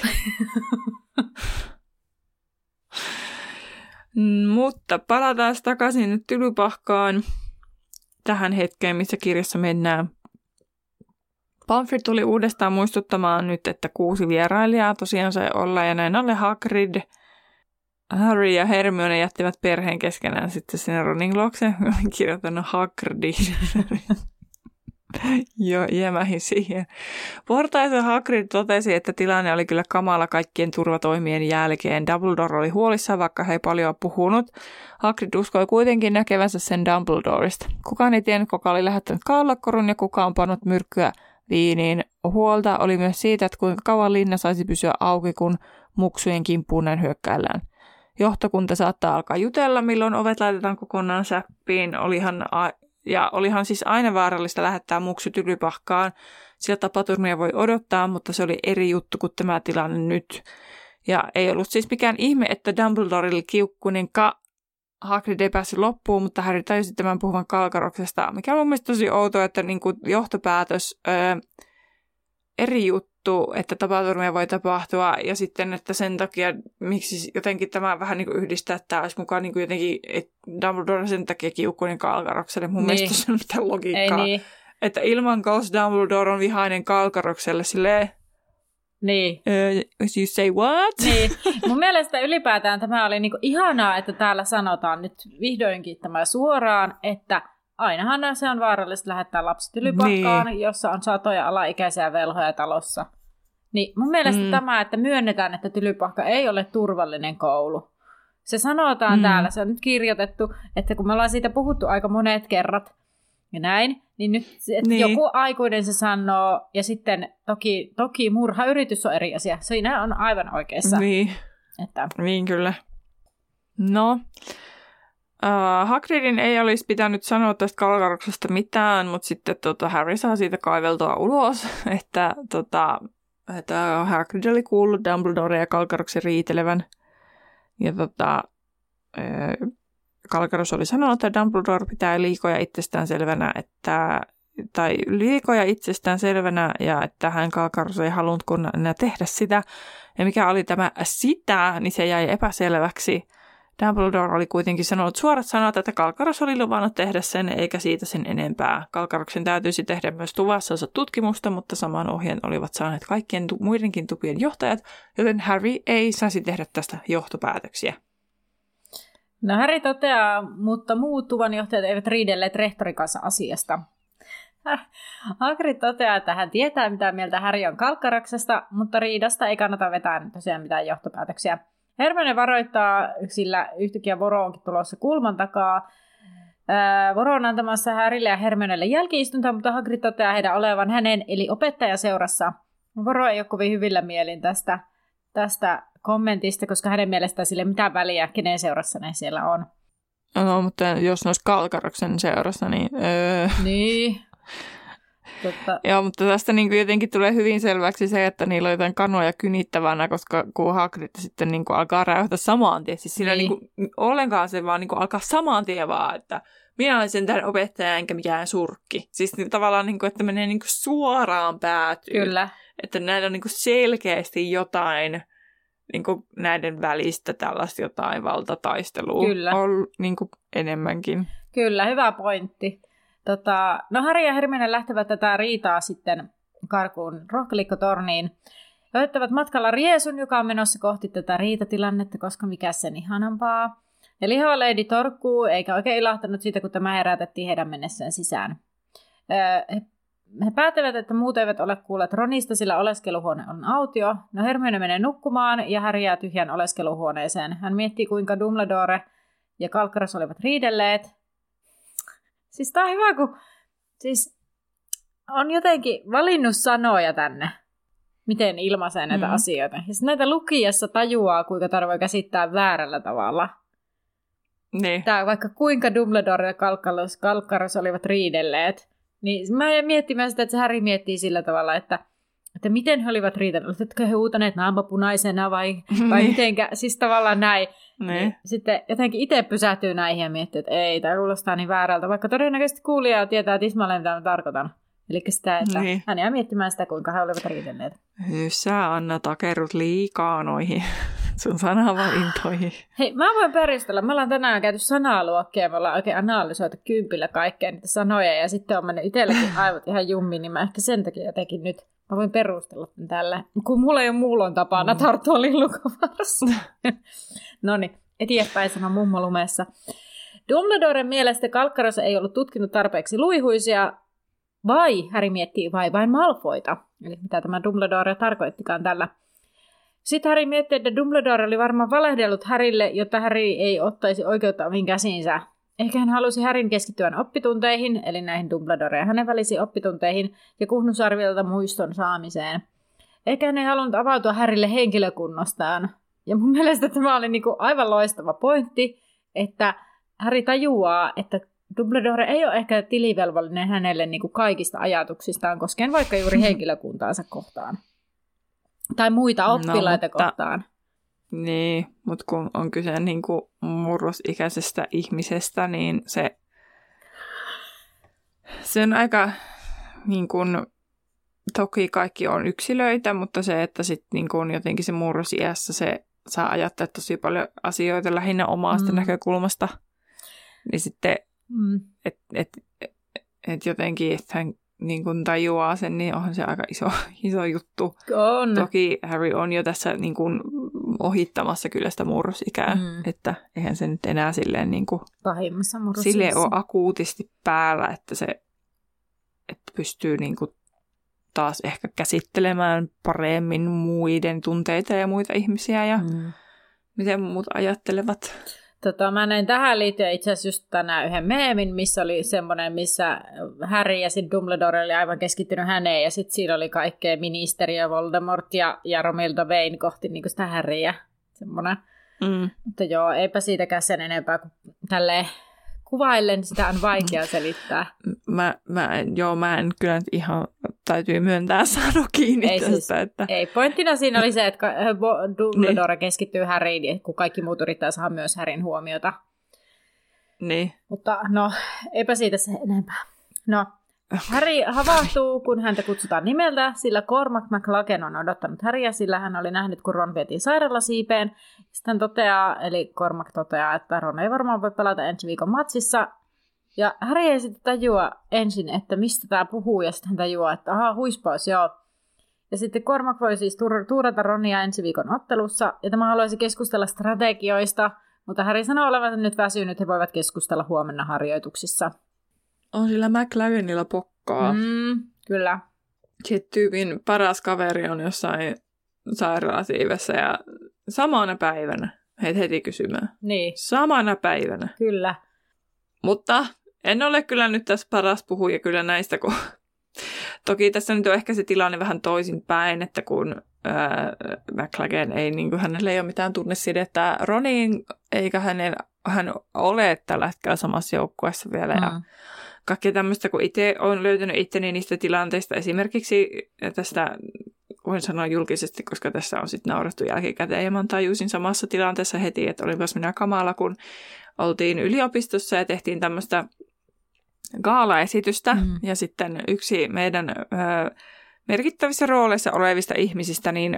Mutta palataan takaisin nyt Tylypahkaan tähän hetkeen, missä kirjassa mennään. Pomfrey tuli uudestaan muistuttamaan nyt, että kuusi vierailijaa tosiaan sai olla, ja näin ollen Hagrid, Harry ja Hermione jättivät perheen keskenään sitten sinne Ronin luokse. Olen kirjoittanut Hagrid. Joo, jämähin siihen. Portaissa Hagrid totesi, että tilanne oli kyllä kamala kaikkien turvatoimien jälkeen. Dumbledore oli huolissaan, vaikka he ei paljon puhunut. Hagrid uskoi kuitenkin näkevänsä sen Dumbledoresta. Kukaan ei tiennyt, kuka oli lähettänyt kaulakorun ja kuka on pannut myrkkyä viiniin. Huolta oli myös siitä, että kuinka kauan linna saisi pysyä auki, kun muksujen kimppuun näin hyökkäillään. Johtokunta saattaa alkaa jutella, milloin ovet laitetaan kokonaan säppiin. Olihan, a- ja olihan siis aina vaarallista lähettää muksu Tylypahkaan, sillä tapaturmia voi odottaa, mutta se oli eri juttu kuin tämä tilanne nyt. Ja ei ollut siis mikään ihme, että Dumbledore oli kiukkuinen ka- Hagrid ei päässyt loppuun, mutta Harry tajusi tämän puhuvan Kalkaroksesta, mikä on mun mielestä tosi outoa, että niin kuin johtopäätös, öö, eri juttu, että tapaturmia voi tapahtua, ja sitten, että sen takia, miksi jotenkin tämä vähän niin kuin yhdistää, että tämä olisi mukaan niin kuin jotenkin, että Dumbledore sen takia kiukkuinen Kalkarokselle. Mun niin. mielestä se on mitään logiikkaa. Niin. Että ilman kaus Dumbledore on vihainen Kalkarokselle, silleen... Niin. Uh, you say what? Niin. Mun mielestä ylipäätään tämä oli niinku ihanaa, että täällä sanotaan nyt vihdoinkin tämä suoraan, että ainahan se on vaarallista lähettää lapset Tylypahkaan, niin. jossa on satoja alaikäisiä velhoja talossa. Niin mun mielestä mm. tämä, että myönnetään, että Tylypahka ei ole turvallinen koulu. Se sanotaan mm. täällä, se on nyt kirjoitettu, että kun me ollaan siitä puhuttu aika monet kerrat, ja näin, niin nyt että niin. joku aikuinen se sanoo, ja sitten toki, toki murhayritys on eri asia. Siinä on aivan oikeassa. Niin, että... niin kyllä. No, uh, Hagridin ei olisi pitänyt sanoa tästä Kalkaroksesta mitään, mutta sitten tota, Harry saa siitä kaiveltua ulos, että, tota, että Hagrid oli kuullut Dumbledore ja Kalkaroksen riitelevän. Ja tota... Uh, Kalkaros oli sanonut, että Dumbledore pitää liikoja itsestään selvänä, että, tai liikoja itsestään selvänä, ja että hän Kalkaros ei halunnut kun enää tehdä sitä. Ja mikä oli tämä sitä, niin se jäi epäselväksi. Dumbledore oli kuitenkin sanonut suorat sanat, että Kalkaros oli luvannut tehdä sen, eikä siitä sen enempää. Kalkaroksen täytyisi tehdä myös tuvassansa tutkimusta, mutta saman ohjeen olivat saaneet kaikkien tu- muidenkin tupien johtajat, joten Harry ei saisi tehdä tästä johtopäätöksiä. No Harry toteaa, mutta muut tuvan johtajat eivät riidelleet rehtorin kanssa asiasta. Hagrid toteaa, että hän tietää, mitä mieltä Harry on Kalkkaraksesta, mutta riidasta ei kannata vetää tosiaan mitään johtopäätöksiä. Hermione varoittaa, sillä yhtäkkiä Voro onkin tulossa kulman takaa. Ää, Voro on antamassa Harrylle ja Hermionelle jälki-istuntoa, mutta Hagrid toteaa heidän olevan hänen, eli opettajaseurassa. Voro ei ole kovin hyvillä mielin tästä, tästä kommentista, koska hänen mielestään sille mitään väliä, kenen seurassa ne siellä on. No, mutta jos ne olisi Kalkkaraksen seurassa, niin... Öö. Niin. Totta. Joo, mutta tästä niin kuin jotenkin tulee hyvin selväksi se, että niillä on jotain kanoja kynittävänä, koska kun Hagrid sitten niin kuin alkaa räyhtä samaan tien. Siis sillä niin. Niin kuin, ollenkaan se vaan niin kuin alkaa samaan tien vaan, että minä olen sen tämän opettaja enkä mikään surkki. Siis niin, tavallaan, niin kuin, että menee niin kuin suoraan päätyyn. Kyllä. Että näillä on niin kuin selkeästi jotain... Niin kuin näiden välistä tällaista jotain valtataistelua Kyllä. on niin kuin enemmänkin. Kyllä, hyvä pointti. Tota, no Harry ja Hermione lähtevät tätä riitaa sitten karkuun rohkelikkotorniin. He ottavat matkalla Riesun, joka on menossa kohti tätä riitatilannetta, koska mikä sen ihanampaa. Ja lihava Lady torkkuu, eikä oikein ilahtanut siitä, kun tämä herätettiin heidän mennessään sisään. Öö, He päättävät, että muut eivät ole kuulleet Ronista, sillä oleskeluhuone on autio. No Hermione menee nukkumaan ja Harry jää tyhjän oleskeluhuoneeseen. Hän miettii, kuinka Dumbledore ja Kalkkaros olivat riidelleet. Siis tää on hyvä, kun siis on jotenkin valinnut sanoja tänne, miten ilmaisee näitä mm-hmm. asioita. Ja näitä lukijassa tajuaa, kuinka tämä voi käsittää väärällä tavalla. Niin. Tää vaikka kuinka Dumbledore ja Kalkkaros, Kalkkaros olivat riidelleet. Niin mä miettimään sitä, että se Harry miettii sillä tavalla, että, että miten he olivat riitelleet. Oletko he huutaneet naama punaisena vai, vai mitenkä? Siis tavallaan näin. Niin. Sitten jotenkin itse pysähtyy näihin ja miettii, että ei, tämä kuulostaa niin väärältä. Vaikka todennäköisesti kuulija tietää tismalleen, mitä mä tarkoitan. Eli sitä, että niin. Hän jää miettimään sitä, kuinka he olivat riitelleet. Sä, Anna, takerrut liikaa noihin sun sanavalintoihin. Hei, mä voin perustella. Me ollaan tänään käyty sanaluokkia ja me ollaan oikein analysoitu kympillä kaikkea niitä sanoja ja sitten on mennyt itselläkin aivot ihan jummiin, niin mä ehkä sen takia jotenkin nyt mä voin perustella tämän tällä. Kun mulla ei ole muulon tapana mm. tarttua lillukavarassa. Noniin, eteenpäin sanon mummo lumessa. Dumbledoren mielestä Kalkkaros ei ollut tutkinut tarpeeksi luihuisia, vai Harry miettii vai vain Malfoyta. Eli mitä tämä Dumbledore tarkoittikaan tällä. Sitten Harry miettii, että Dumbledore oli varmaan valehdellut Harrylle, jotta Harry ei ottaisi oikeutta omiin käsiinsä. Ehkä hän halusi Harryn keskittyä oppitunteihin, eli näihin Dumbledore ja hänen välisiin oppitunteihin, ja Kuhnusarvilta muiston saamiseen. Ehkä hän ei halunnut avautua Harrylle henkilökunnostaan. Ja mun mielestä tämä oli niinku aivan loistava pointti, että Harry tajuaa, että Dumbledore ei ole ehkä tilivelvollinen hänelle niinku kaikista ajatuksistaan, koskien vaikka juuri henkilökuntaansa kohtaan. Tai muita oppilaita no, mutta, kohtaan. Niin, mutta kun on kyse niin kuin murrosikäisestä ihmisestä, niin se, se on aika, niin kuin, toki kaikki on yksilöitä, mutta se, että sitten niin kuin jotenkin se murrosiässä se saa ajatella tosi paljon asioita lähinnä omasta mm. näkökulmasta, niin sitten, mm. että et, et, et jotenkin, että hän niin kun tajuaa sen, niin onhan se aika iso, iso juttu. On. Toki Harry on jo tässä niin kun ohittamassa kyllä sitä murrosikää, mm. että eihän se nyt enää silleen niin kuin pahimmassa murrosiässä silleen ole akuutisti päällä, että se että pystyy niin kuin taas ehkä käsittelemään paremmin muiden tunteita ja muita ihmisiä ja mm. miten muut ajattelevat. Tota, mä näin tähän liittyen itse asiassa just tänään yhden meemin, missä oli semmoinen, missä Harry ja sitten Dumbledore oli aivan keskittynyt häneen, ja sitten siinä oli kaikkea ministeriä, Voldemort ja, ja Romilda Vane kohti niin sitä Harryä. Semmoinen. Mm. Mutta joo, eipä siitäkään sen enempää kuin tälleen kuvaillen, sitä on vaikea selittää. Mä, mä, joo, mä en kyllä ihan täytyy myöntää saada kiinni ei, tästä. Siis, että... Ei, pointtina siinä oli se, että Dumbledore niin. keskittyy Harryin, kun kaikki muut yrittää saada myös Harryn huomiota. Niin. Mutta no, eipä siitä se enempää. No, Harry havahtuu, kun häntä kutsutaan nimeltä, sillä Cormac McLaggen on odottanut Harryä, sillä hän oli nähnyt, kun Ron vietiin sairaalasiipeen. Sitten hän toteaa, eli Cormac toteaa, että Ron ei varmaan voi pelata ensi viikon matsissa. Ja Harry ei sitten tajua ensin, että mistä tämä puhuu, ja sitten hän tajuaa, että ahaa, huispaus, joo. Ja sitten Cormac voi siis tuurata Ronia ensi viikon ottelussa, ja tämä haluaisi keskustella strategioista, mutta Harry sanoo olevansa nyt väsynyt, he voivat keskustella huomenna harjoituksissa. On sillä McLaggenilla pokkaa. porukkaa. Mm, kyllä. Sitten tyypin paras kaveri on jossain sairaalasiivessä ja samana päivänä heitä heti kysymään. Niin. Samana päivänä. Kyllä. Mutta en ole kyllä nyt tässä paras puhuja kyllä näistä, kun toki tässä nyt on ehkä se tilanne vähän toisinpäin, että kun ää, McLagan ei, niin kuin hänellä ei ole mitään tunnesidettä Roniin, eikä hänen, hän ole tällä hetkellä samassa joukkueessa vielä. Mm. Ja kaikkea tämmöistä, kun itse olen löytänyt itteni niistä tilanteista, esimerkiksi tästä, voin sanoa julkisesti, koska tässä on sitten naurattu jälkikäteen, ja mä tajusin samassa tilanteessa heti, että olipas minä kamala, kun oltiin yliopistossa ja tehtiin tämmöistä gaala-esitystä, mm. ja sitten yksi meidän ö, merkittävissä rooleissa olevista ihmisistä niin ö,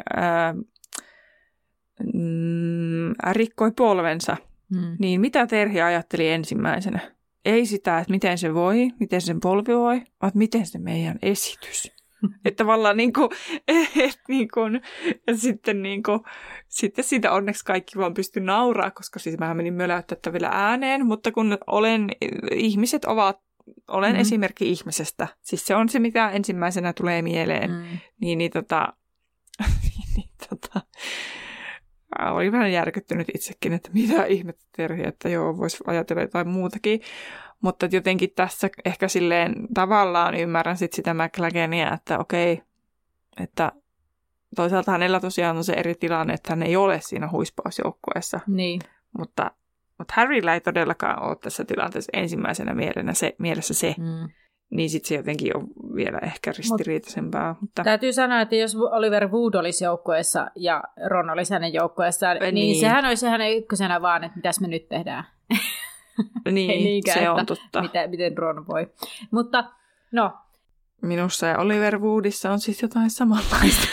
mm, rikkoi polvensa. Mm. Niin mitä Terhi ajatteli ensimmäisenä? Ei sitä, että miten se voi, miten sen polvi voi, vaan miten se meidän esitys. Että tavallaan niin kuin, et niin kuin, ja sitten, niin kuin, sitten siitä onneksi kaikki vaan pystyi nauraa, koska siis mä menin möläyttää vielä ääneen, mutta kun olen, ihmiset ovat, olen mm. esimerkki ihmisestä, siis se on se, mitä ensimmäisenä tulee mieleen, mm. niin, niin tota, niin, tota, olin vähän järkyttynyt itsekin, että mitä ihmettä Terhi, että joo, voisi ajatella jotain muutakin. Mutta jotenkin tässä ehkä silleen tavallaan ymmärrän sit sitä McLagania, että okei, että toisaalta hänellä tosiaan on se eri tilanne, että hän ei ole siinä huispausjoukkueessa. Niin. Mutta, mutta Harryllä ei todellakaan ole tässä tilanteessa ensimmäisenä mielessä se. Mielessä se. Mm. Niin sitten se jotenkin on vielä ehkä ristiriitaisempaa. Mut, mutta täytyy sanoa, että jos Oliver Wood olisi joukkueessa ja Ron olisi hänen joukkueessaan, niin, niin sehän olisi hänen ykkösenä vaan, että mitäs me nyt tehdään. Niin, niinkään, se on totta. Miten, miten Ron voi. Mutta, no. Minussa ja Oliver Woodissa on siis jotain samanlaista.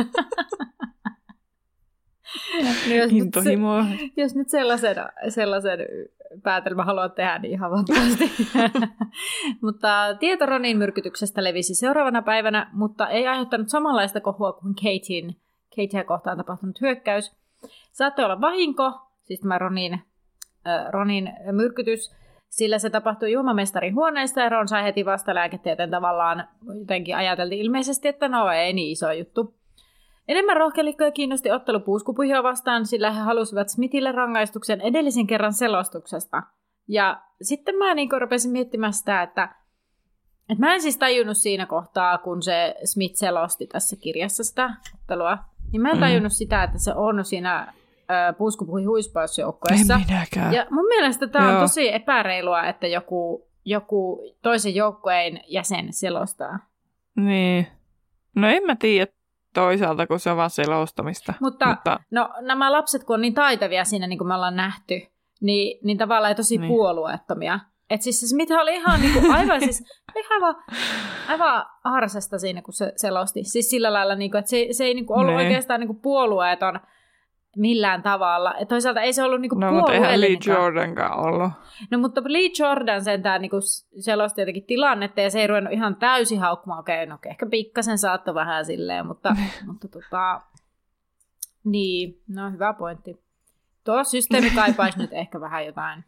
No, jos, Intohimoa. Nyt, jos nyt sellaisen, sellaisen päätelmä haluat tehdä, niin ihan vapaasti. Mutta tieto Ronin myrkytyksestä levisi seuraavana päivänä, mutta ei aiheuttanut samanlaista kohua kuin Katein, Katea kohtaan tapahtunut hyökkäys. Saattoi olla vahinko, siis tämä Ronin, äh, Ronin myrkytys, sillä se tapahtui juomamestarin huoneesta ja Ron sai heti vastalääkettä, joten tavallaan jotenkin ajateltiin ilmeisesti, että no ei niin iso juttu. Enemmän rohkelikkoja kiinnosti ottelu puuskupuhia vastaan, sillä he halusivat Smithille rangaistuksen edellisen kerran selostuksesta. Ja sitten mä niin rupesin miettimään sitä, että, että mä en siis tajunnut siinä kohtaa, kun se Smith selosti tässä kirjassa sitä ottelua, niin mä en tajunnut mm. sitä, että se on siinä ö, puuskupuhi huispausjoukkueessa. En minäkään. Ja mun mielestä tää on Joo. tosi epäreilua, että joku, joku toisen joukkueen jäsen selostaa. Niin. No en mä tiedä. Toisaalta, kun se on vaan selostamista. Mutta, Mutta no, nämä lapset, kun on niin taitavia siinä, niin kuin me ollaan nähty, niin, niin tavallaan tosi niin. puolueettomia. Että siis se Smith oli ihan niin kuin, aivan, siis, aivan, aivan harsasta siinä, kun se selosti. Siis sillä lailla, niin kuin, että se, se ei niin kuin ollut niin. oikeastaan niin kuin puolueeton millään tavalla. Et toisaalta ei se ollut niin kuin no, puolueellinen. No, mutta eihän Lee Jordankaan ollut. No, mutta Lee Jordan sentään niin kuin selosti jotenkin tilannetta, ja se ei ruvennut ihan täysin haukkumaan. Okei, no ehkä pikkasen saattoi vähän silleen, mutta, mutta tota, niin, no hyvä pointti. Tuo systeemi kaipaisi nyt ehkä vähän jotain.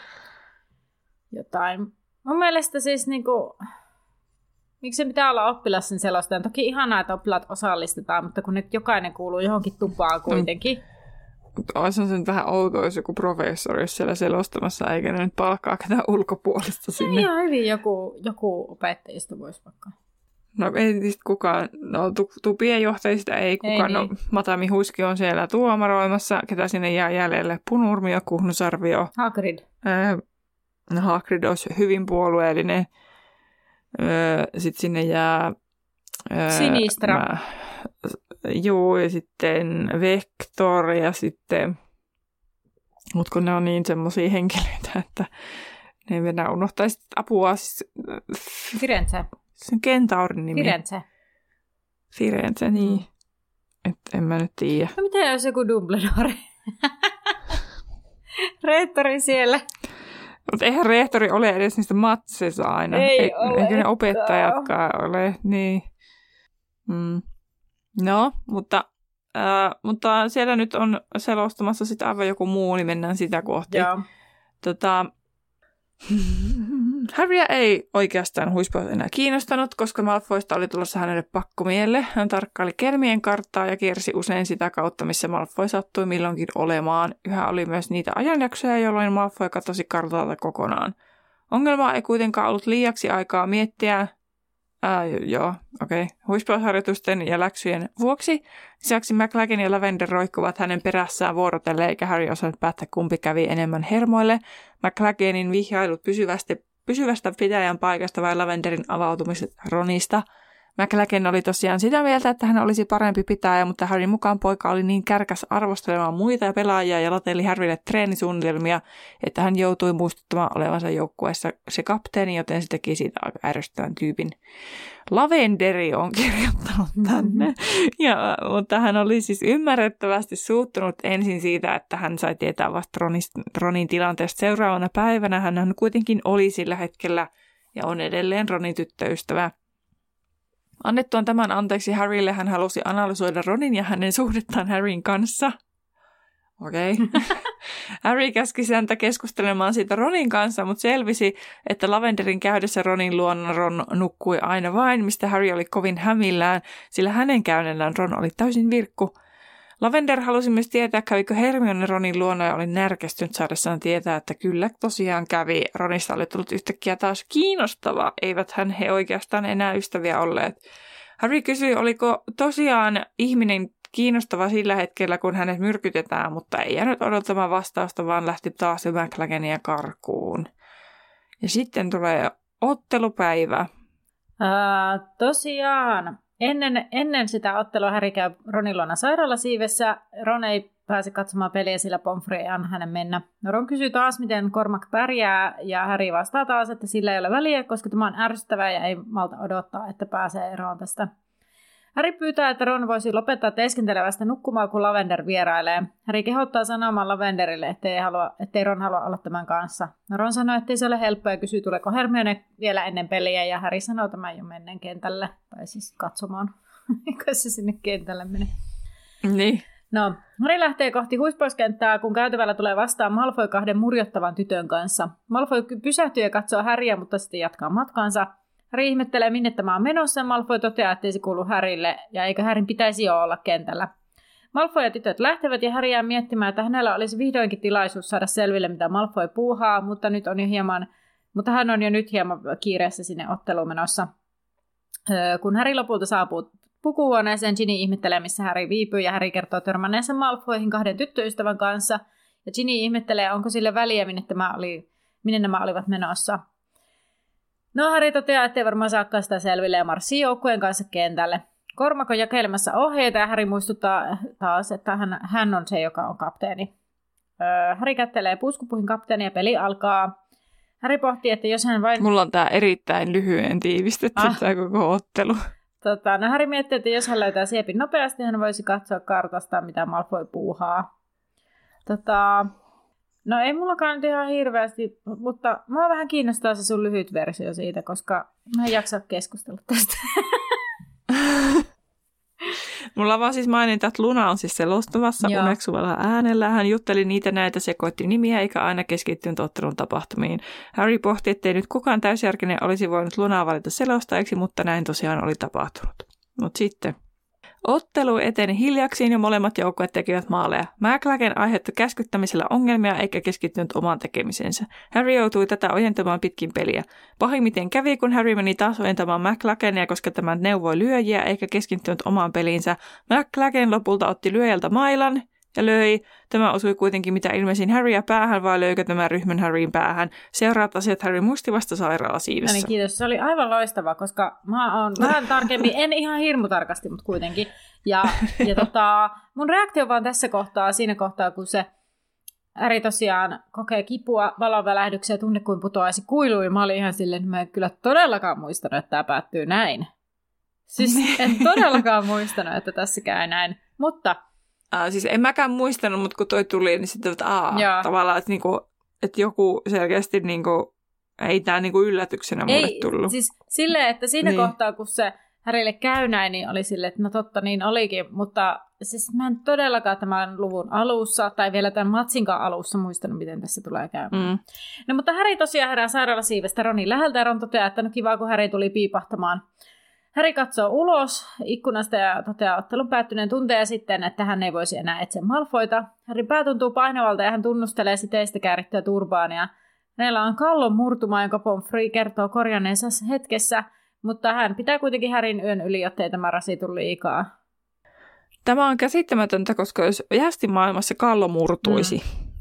jotain. Mun mielestä siis niin kuin, miksi se pitää olla oppilas sen selostajan? Toki ihanaa, että oppilaat osallistetaan, mutta kun nyt jokainen kuuluu johonkin tupaan kuitenkin. Mm. Olisi se nyt vähän outoa, jos joku professori olisi siellä selostamassa, eikä ne nyt palkkaa ketään ulkopuolista sinne. Ihan hyvin joku, joku opettajista voisi vaikka. No ei niistä kukaan, no tupien johtajista ei kukaan. Ei niin. No Matami Huiski on siellä tuomaroimassa, ketä sinne jää jäljelle. Punurmio, Kuhnusarvio. Hagrid. Äh, no Hagrid olisi hyvin puolueellinen. Äh, Sitten sinne jää Äh, Sinistra. Mä, joo, ja sitten Vektor ja sitten, mutta kun ne on niin semmoisia henkilöitä, että ne ei mennä unohtaisi apua. Siis, Firenze. Se on Kentaurin nimi. Firenze. Firenze, niin. Mm. Et en mä nyt tiedä. No mitä jos joku Dumbledore? Rehtori siellä. Mutta eihän rehtori ole edes niistä matseissa aina. Ei e- ole. Eikä ne opettajatkaan ole. Niin. Mm. No, mutta, äh, mutta siellä nyt on selostamassa sitä aivan joku muu, niin mennään sitä kohti. Joo. Tota, Harryä ei oikeastaan huispaus enää kiinnostanut, koska Malfoysta oli tulossa hänelle pakkomielle. Hän tarkkaili Kermien karttaa ja kiersi usein sitä kautta, missä Malfoy sattui milloinkin olemaan. Yhä oli myös niitä ajanjaksoja, jolloin Malfoy katosi kartalta kokonaan. Ongelma ei kuitenkaan ollut liiaksi aikaa miettiä, Ää, joo, okei. Okay. Huispausharjoitusten ja läksyjen vuoksi. Lisäksi McLaggen ja Lavender roikkuvat hänen perässään vuorotelle, eikä Harry osannut päättää, kumpi kävi enemmän hermoille. McLaggenin vihjailut pysyvästi, pysyvästä pitäjän paikasta vai Lavenderin avautumiset Ronista. McLaggen oli tosiaan sitä mieltä, että hän olisi parempi pitäjä, mutta Harryn mukaan poika oli niin kärkäs arvostelemaan muita pelaajia ja lateli Harrylle treenisuunnitelmia, että hän joutui muistuttamaan olevansa joukkueessa se kapteeni, joten se teki siitä aika ärsyttävän tyypin. Lavenderi on kirjoittanut tänne, mm-hmm. ja, mutta hän oli siis ymmärrettävästi suuttunut ensin siitä, että hän sai tietää vasta Ronin tilanteesta seuraavana päivänä. Hän kuitenkin oli sillä hetkellä ja on edelleen Ronin tyttöystävä. Annettuaan tämän anteeksi Harrylle hän halusi analysoida Ronin ja hänen suhdettaan Harryn kanssa. Okei. Okay. Harry käski häntä keskustelemaan siitä Ronin kanssa, mutta selvisi, että Lavenderin käydessä Ronin luona Ron nukkui aina vain, mistä Harry oli kovin hämillään, sillä hänen käynnellään Ron oli täysin virkku. Lavender halusi myös tietää, kävikö Hermione Ronin luona ja oli närkästynyt saadessaan tietää, että kyllä tosiaan kävi. Ronista oli tullut yhtäkkiä taas kiinnostava, eivät hän he oikeastaan enää ystäviä olleet. Harry kysyi, oliko tosiaan ihminen kiinnostava sillä hetkellä, kun hänet myrkytetään, mutta ei jäänyt odottamaan vastausta, vaan lähti taas McLaggenia karkuun. Ja sitten tulee ottelupäivä. Uh, tosiaan. Ennen, ennen sitä ottelua Harry käy Ronin luona sairaalasiivessä. Ron ei pääse katsomaan peliä, sillä Pomfrey ei anna hänen mennä. Ron kysyy taas, miten Cormac pärjää, ja Harry vastaa taas, että sillä ei ole väliä, koska tämä on ärsyttävää ja ei malta odottaa, että pääsee eroon tästä. Harry pyytää, että Ron voisi lopettaa teeskentelevästä nukkumaan, kun Lavender vierailee. Harry kehottaa sanomaan Lavenderille, ettei, halua, ettei Ron halua olla tämän kanssa. Ron sanoo, ettei se ole helppoa ja kysyy, tuleeko Hermione vielä ennen peliä. Ja Harry sanoo tämän jo menneen kentälle, tai siis katsomaan, eikö se sinne kentälle mene. Niin. No, Harry lähtee kohti huispauskenttää, kun käytävällä tulee vastaan Malfoy kahden murjottavan tytön kanssa. Malfoy pysähtyy ja katsoo Harryä, mutta sitten jatkaa matkaansa. Harry ihmettelee, minne tämä on menossa. Malfoy toteaa, ettei se kuulu Harrylle ja eikö Harryn pitäisi jo olla kentällä. Malfoy ja tytöt lähtevät ja Harry jää miettimään, että hänellä olisi vihdoinkin tilaisuus saada selville, mitä Malfoy puuhaa, mutta, nyt on jo hieman, mutta hän on jo nyt hieman kiireessä sinne otteluun menossa. Öö, kun Harry lopulta saapuu pukuhuoneeseen, Ginny ihmettelee, missä Harry viipyy ja Harry kertoo törmänneensä Malfoyhin kahden tyttöystävän kanssa. Ja Ginny ihmettelee, onko sille väliä, minne, tämä oli, minne nämä olivat menossa. No, Harry toteaa, ettei varmaan saakaan sitä selville ja marssii joukkueen kanssa kentälle. Cormac on jakelemassa ohjeita ja Harry muistuttaa taas, että hän, hän on se, joka on kapteeni. Öö, Harry kättelee puskupuhin kapteeni ja peli alkaa. Harry pohtii, että jos hän vain... Mulla on tää erittäin lyhyen tiivistetty ah. tämä koko ottelu. Tota, no Harry miettii, että jos hän löytää siepin nopeasti, hän voisi katsoa kartasta, mitä Malfoy puuhaa. Tota... No ei mullakaan nyt ihan hirveästi, mutta mua vähän kiinnostaa se sun lyhyt versio siitä, koska mä en jaksa keskustella tästä. Mulla on vaan siis maininta, että Luna on siis selostamassa uneksuvalla äänellä. Hän jutteli niitä näitä, sekoitti nimiä eikä aina keskittynyt ottelun tapahtumiin. Harry pohti, ettei nyt kukaan täysjärkinen olisi voinut Lunaa valita selostajaksi, mutta näin tosiaan oli tapahtunut. Mutta sitten... Ottelu eteni hiljaksiin ja molemmat joukkueet tekivät maaleja. McLaggen aiheutti käskyttämisellä ongelmia eikä keskittynyt omaan tekemisensä. Harry joutui tätä ojentamaan pitkin peliä. Pahimmiten kävi, kun Harry meni taas ojentamaan McLaggenia, koska tämä neuvoi lyöjiä eikä keskittynyt omaan peliinsä. McLaggen lopulta otti lyöjältä mailan ja löi. Tämä osui kuitenkin mitä ilmeisin Harryä päähän, vai löikö tämä ryhmän Harryn päähän. Seuraavat asiat Harry muisti vasta sairaalasiivessä. No niin, kiitos. Se oli aivan loistava, koska mä oon vähän tarkemmin, en ihan hirmu tarkasti, mutta kuitenkin. Ja, ja tota, mun reaktio vaan tässä kohtaa, siinä kohtaa, kun se Harry tosiaan kokee kipua, valonvälähdyksiä ja tunne kuin putoaisi kuiluun. Mä olin ihan silleen, että mä en kyllä todellakaan muistanut, että tämä päättyy näin. Siis en todellakaan muistanut, että tässä käy näin. Mutta... Uh, siis en mäkään muistanut, mutta kun toi tuli, niin sitten että aa, tavallaan, että, niinku, että joku selkeästi niinku, ei tämä niinku yllätyksenä mulle ei, tullut. Siis silleen, että siinä niin. kohtaa, kun se Harrylle käy näin, niin oli silleen, että no totta, niin olikin, mutta siis mä en todellakaan tämän luvun alussa, tai vielä tämän matsinkaan alussa muistanut, miten tässä tulee käymään. Mm. No mutta Harry tosiaan herää sairaalasiivestä Ronin läheltä, ja Ron toteaa, että no kiva, kun Harry tuli piipahtamaan. Harry katsoo ulos ikkunasta ja toteaa ottelun päättyneen tunteen sitten, että hän ei voisi enää etsiä Malfoyta. Harryn pää tuntuu painavalta ja hän tunnustelee siteistä käärittyä turbaania. Hänellä on kallon murtuma, jonka Pomfrey kertoo korjanneensa hetkessä, mutta hän pitää kuitenkin Harryn yön yli, jottei tämä rasitu liikaa. Tämä on käsittämätöntä, koska jos jästimaailmassa kallo murtuisi,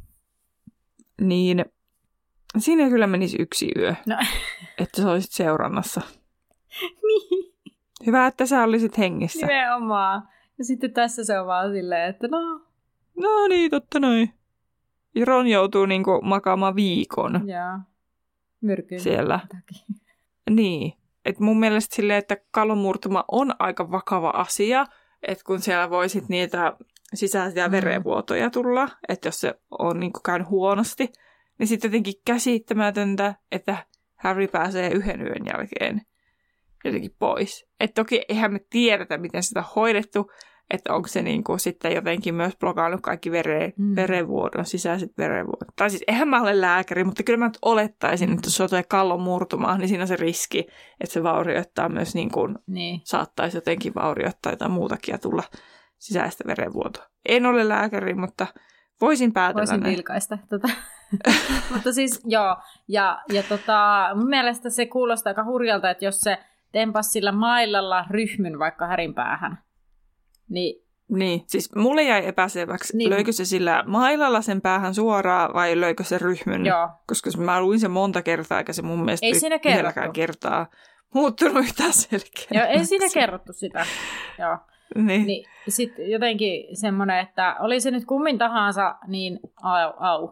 mm. niin siinä kyllä menisi yksi yö, no. että sä olisit seurannassa. Niin. Hyvä, että sä olisit hengissä. Nimenomaan. Ja sitten tässä se on vaan silleen, että no... No niin, totta noin. Ja Ron joutuu niinku makaamaan viikon. Joo. Myrkyn siellä. Takia. Niin. Et mun mielestä silleen, että kallonmurtuma on aika vakava asia, että kun siellä voisit niitä sisäisiä verenvuotoja tulla, että jos se on niinku käynyt huonosti, niin sitten jotenkin käsittämätöntä, että Harry pääsee yhden yön jälkeen jotenkin pois. Että toki eihän me tiedetä, miten sitä on hoidettu, että onko se niinku sitten jotenkin myös blokannut kaikki vere, mm. verenvuodon, sisäiset verenvuodot. Tai siis eihän mä ole lääkäri, mutta kyllä mä nyt olettaisin, että jos se tulee kallon murtumaan, niin siinä on se riski, että se vaurioittaa myös niin kuin niin. Saattaisi jotenkin vaurioittaa jotain muutakin ja tulla sisäistä verenvuotoa. En ole lääkäri, mutta voisin päätellä Voisin näin. vilkaista tota. Mutta siis joo, ja, ja tota, mun mielestä se kuulostaa aika hurjalta, että jos se tempasi sillä mailalla ryhmyn vaikka Harryn päähän, niin... Niin, siis mulle jäi epäselväksi, niin. löikö se sillä mailalla sen päähän suoraan vai löikö se ryhmyn? Joo. Koska mä luin sen monta kertaa, eikä se mun mielestä ei siinä yhdelläkään kertaa muuttunut yhtään selkeä. Joo, ei siinä kerrottu sitä. Joo. Niin. Niin, sitten jotenkin semmoinen, että oli se nyt kummin tahansa, niin au, au.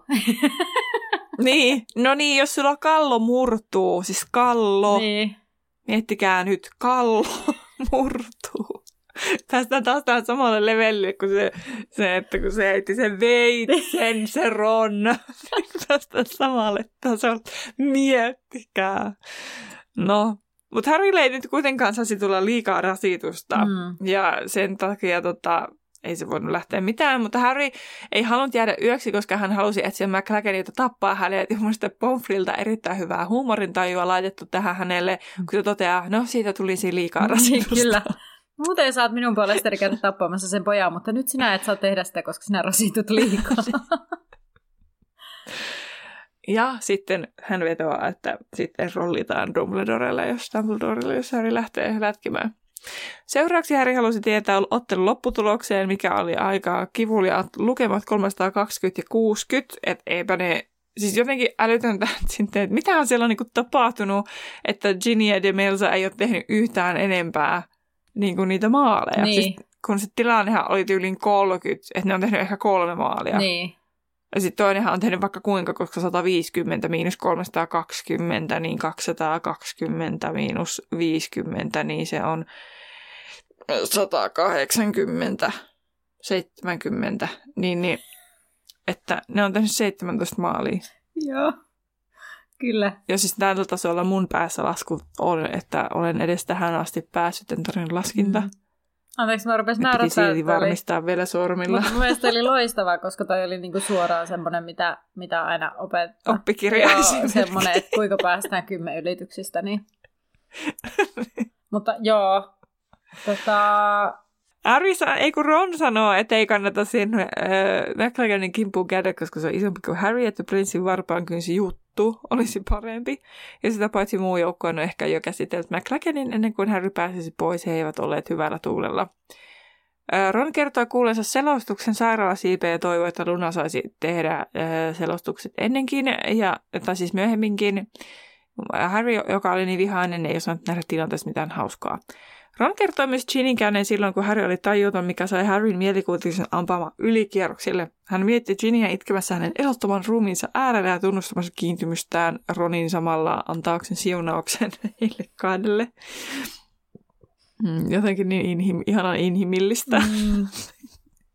Niin, no niin, jos sulla kallo murtuu, siis kallo, niin. Miettikää nyt, kallo murtuu. Päästään taas tähän samalle levelille kuin se, se, että kun se heitti sen veitsen, se Ron. Päästään samalle tasolle. Miettikää. No, mutta Harrylle ei nyt kuitenkaan saisi tulla liikaa rasitusta. Mm. Ja sen takia tota, ei se voinut lähteä mitään. Mutta Harry ei halunnut jäädä yöksi, koska hän halusi etsiä McLaganilta, jota tappaa hänet. Ja muista Pomfreylta erittäin hyvää huumorintajua laitettu tähän hänelle. Kun se toteaa, no siitä tulisi liikaa rasitusta. Kyllä. Muuten saat minun puolestani käydä tappamassa sen pojan, mutta nyt sinä et saa tehdä sitä, koska sinä rasitut liikaa. Ja sitten hän vetoaa, että sitten rollitaan Dumbledorelle, jos Dumbledorelle, jos Harry lähtee lätkimään. Seuraavaksi Harry halusi tietää ottelun lopputulokseen, mikä oli aika kivuliaat lukemat kolmesataakaksikymmentä ja kuusikymmentä, että eipä ne... Siis jotenkin älytöntä sitten, että mitähän siellä on niin kuin tapahtunut, että Ginny ja Demelza ei ole tehnyt yhtään enempää niin kuin niitä maaleja. Niin. Siis, kun se tilannehan oli tyyliin kolmekymmentä, että ne on tehnyt ehkä kolme maalia. Niin. Ja sitten toinenhan on tehnyt vaikka kuinka, koska sata viisikymmentä miinus kolmesataakaksikymmentä, niin kaksisataakaksikymmentä miinus viisikymmentä, niin se on sata kahdeksankymmentä, seitsemänkymmentä, niin, niin että ne on tehnyt seitsemäntoista maalia. Joo, kyllä. Ja siis tällä tasolla mun päässä lasku on, että olen edes tähän asti päässyt, en tarvinnut laskinta. Mm. Anteeksi, mä rupesin naurattaa. Piti silti varmistaa oli... vielä sormilla. Mutta mun mielestä oli loistavaa, koska toi oli niinku suoraan semmoinen, mitä, mitä aina opettaa. Oppikirja. Joo, semmoinen, että kuinka päästään kymmen ylityksistä. Niin. Mutta joo, tota... Harry, ei kun Ron sanoo, että ei kannata sen äh, McLaganin kimppuun käydä, koska se on isompi kuin Harry, että prinssin varpaan kynsi juttu olisi parempi. Ja sitä paitsi muu joukko on ehkä jo käsitellyt McLaganin ennen kuin Harry pääsisi pois, he eivät olleet hyvällä tuulella. Äh, Ron kertoi kuulensa selostuksen sairaalasiipeen ja toivoi, että Luna saisi tehdä äh, selostukset ennenkin, ja, tai siis myöhemminkin. Harry, joka oli niin vihainen, ei osannut nähdä tilanteessa mitään hauskaa. Ron kertoi myös Ginnin käyneen silloin, kun Harry oli tajuton, mikä sai Harryn mielikuvituksен ampaamaan ylikierroksille. Hän mietti Ginniä itkemässä hänen elottoman ruumiinsa äärellä ja tunnustamassa kiintymystään Ronin samalla antaakseen siunauksen heille kahdelle. Mm, jotenkin niin inhim- ihanan inhimillistä. Mm.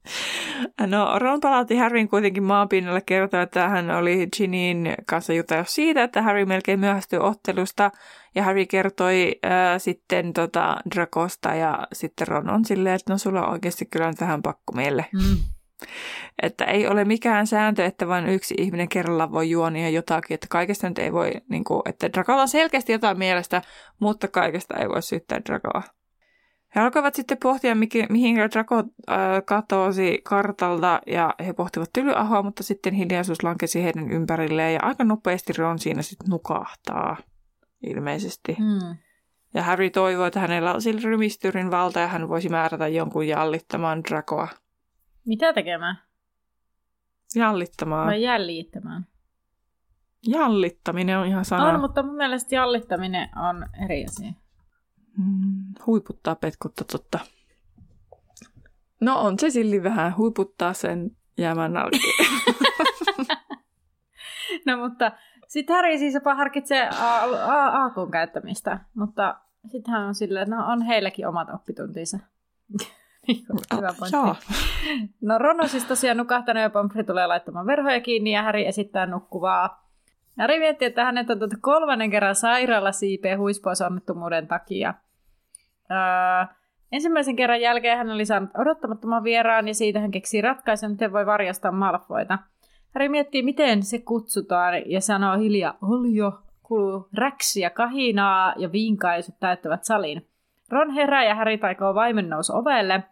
No, Ron palautti Harryn kuitenkin maanpinnalle kertoa, että hän oli Ginnin kanssa jutellut siitä, että Harry melkein myöhästyi ottelusta. Ja Harry kertoi ää, sitten tota, Dracosta ja sitten Ron on silleen, että no sulla on oikeasti kyllä tähän pakko meille. Mm. Että ei ole mikään sääntö, että vain yksi ihminen kerrallaan voi juonia jotakin, että kaikesta nyt ei voi, niin kuin, että Dracolla on selkeästi jotain mielestä, mutta kaikesta ei voi syyttää Dracoa. He alkoivat sitten pohtia, mihin Draco äh, katosi kartalta, ja he pohtivat Tylyahoa, mutta sitten hiljaisuus lankesi heidän ympärilleen, ja aika nopeasti Ron siinä sitten nukahtaa, ilmeisesti. Mm. Ja Harry toivoo, että hänellä on sillä rymistyrin valta, ja hän voisi määrätä jonkun jallittamaan Dracoa. Mitä tekemään? Jallittamaan. Vai jäljittämään? Jallittaminen on ihan sana. On, mutta mun mielestä jallittaminen on eri asia. Mm, huiputtaa petkutta, totta. No on se silti vähän huiputtaa sen jäämään nalkeen. No mutta sitten Harry siis jopa harkitsee aakun käyttämistä, mutta sitten hän on silleen, että no, on heilläkin omat oppituntinsa. Hyvä pointti. No Ron on siis tosiaan nukahtanut ja Pomfrey tulee laittamaan verhoja kiinni ja Harry esittää nukkuvaa. Harry miettii, että hänet on tuota kolmannen kerran sairaala siipeen huispausonnettomuuden takia. Öö, ensimmäisen kerran jälkeen hän oli saanut odottamattoman vieraan ja siitä hän keksii ratkaisun, miten voi varjostaa Malfoyta. Harry miettii, miten se kutsutaan ja sanoo hiljaa, oli jo, kuluu räksiä, kahinaa ja viinkaisut täyttävät salin. Ron herää ja Harry taikoo vaimen nousi ovelle.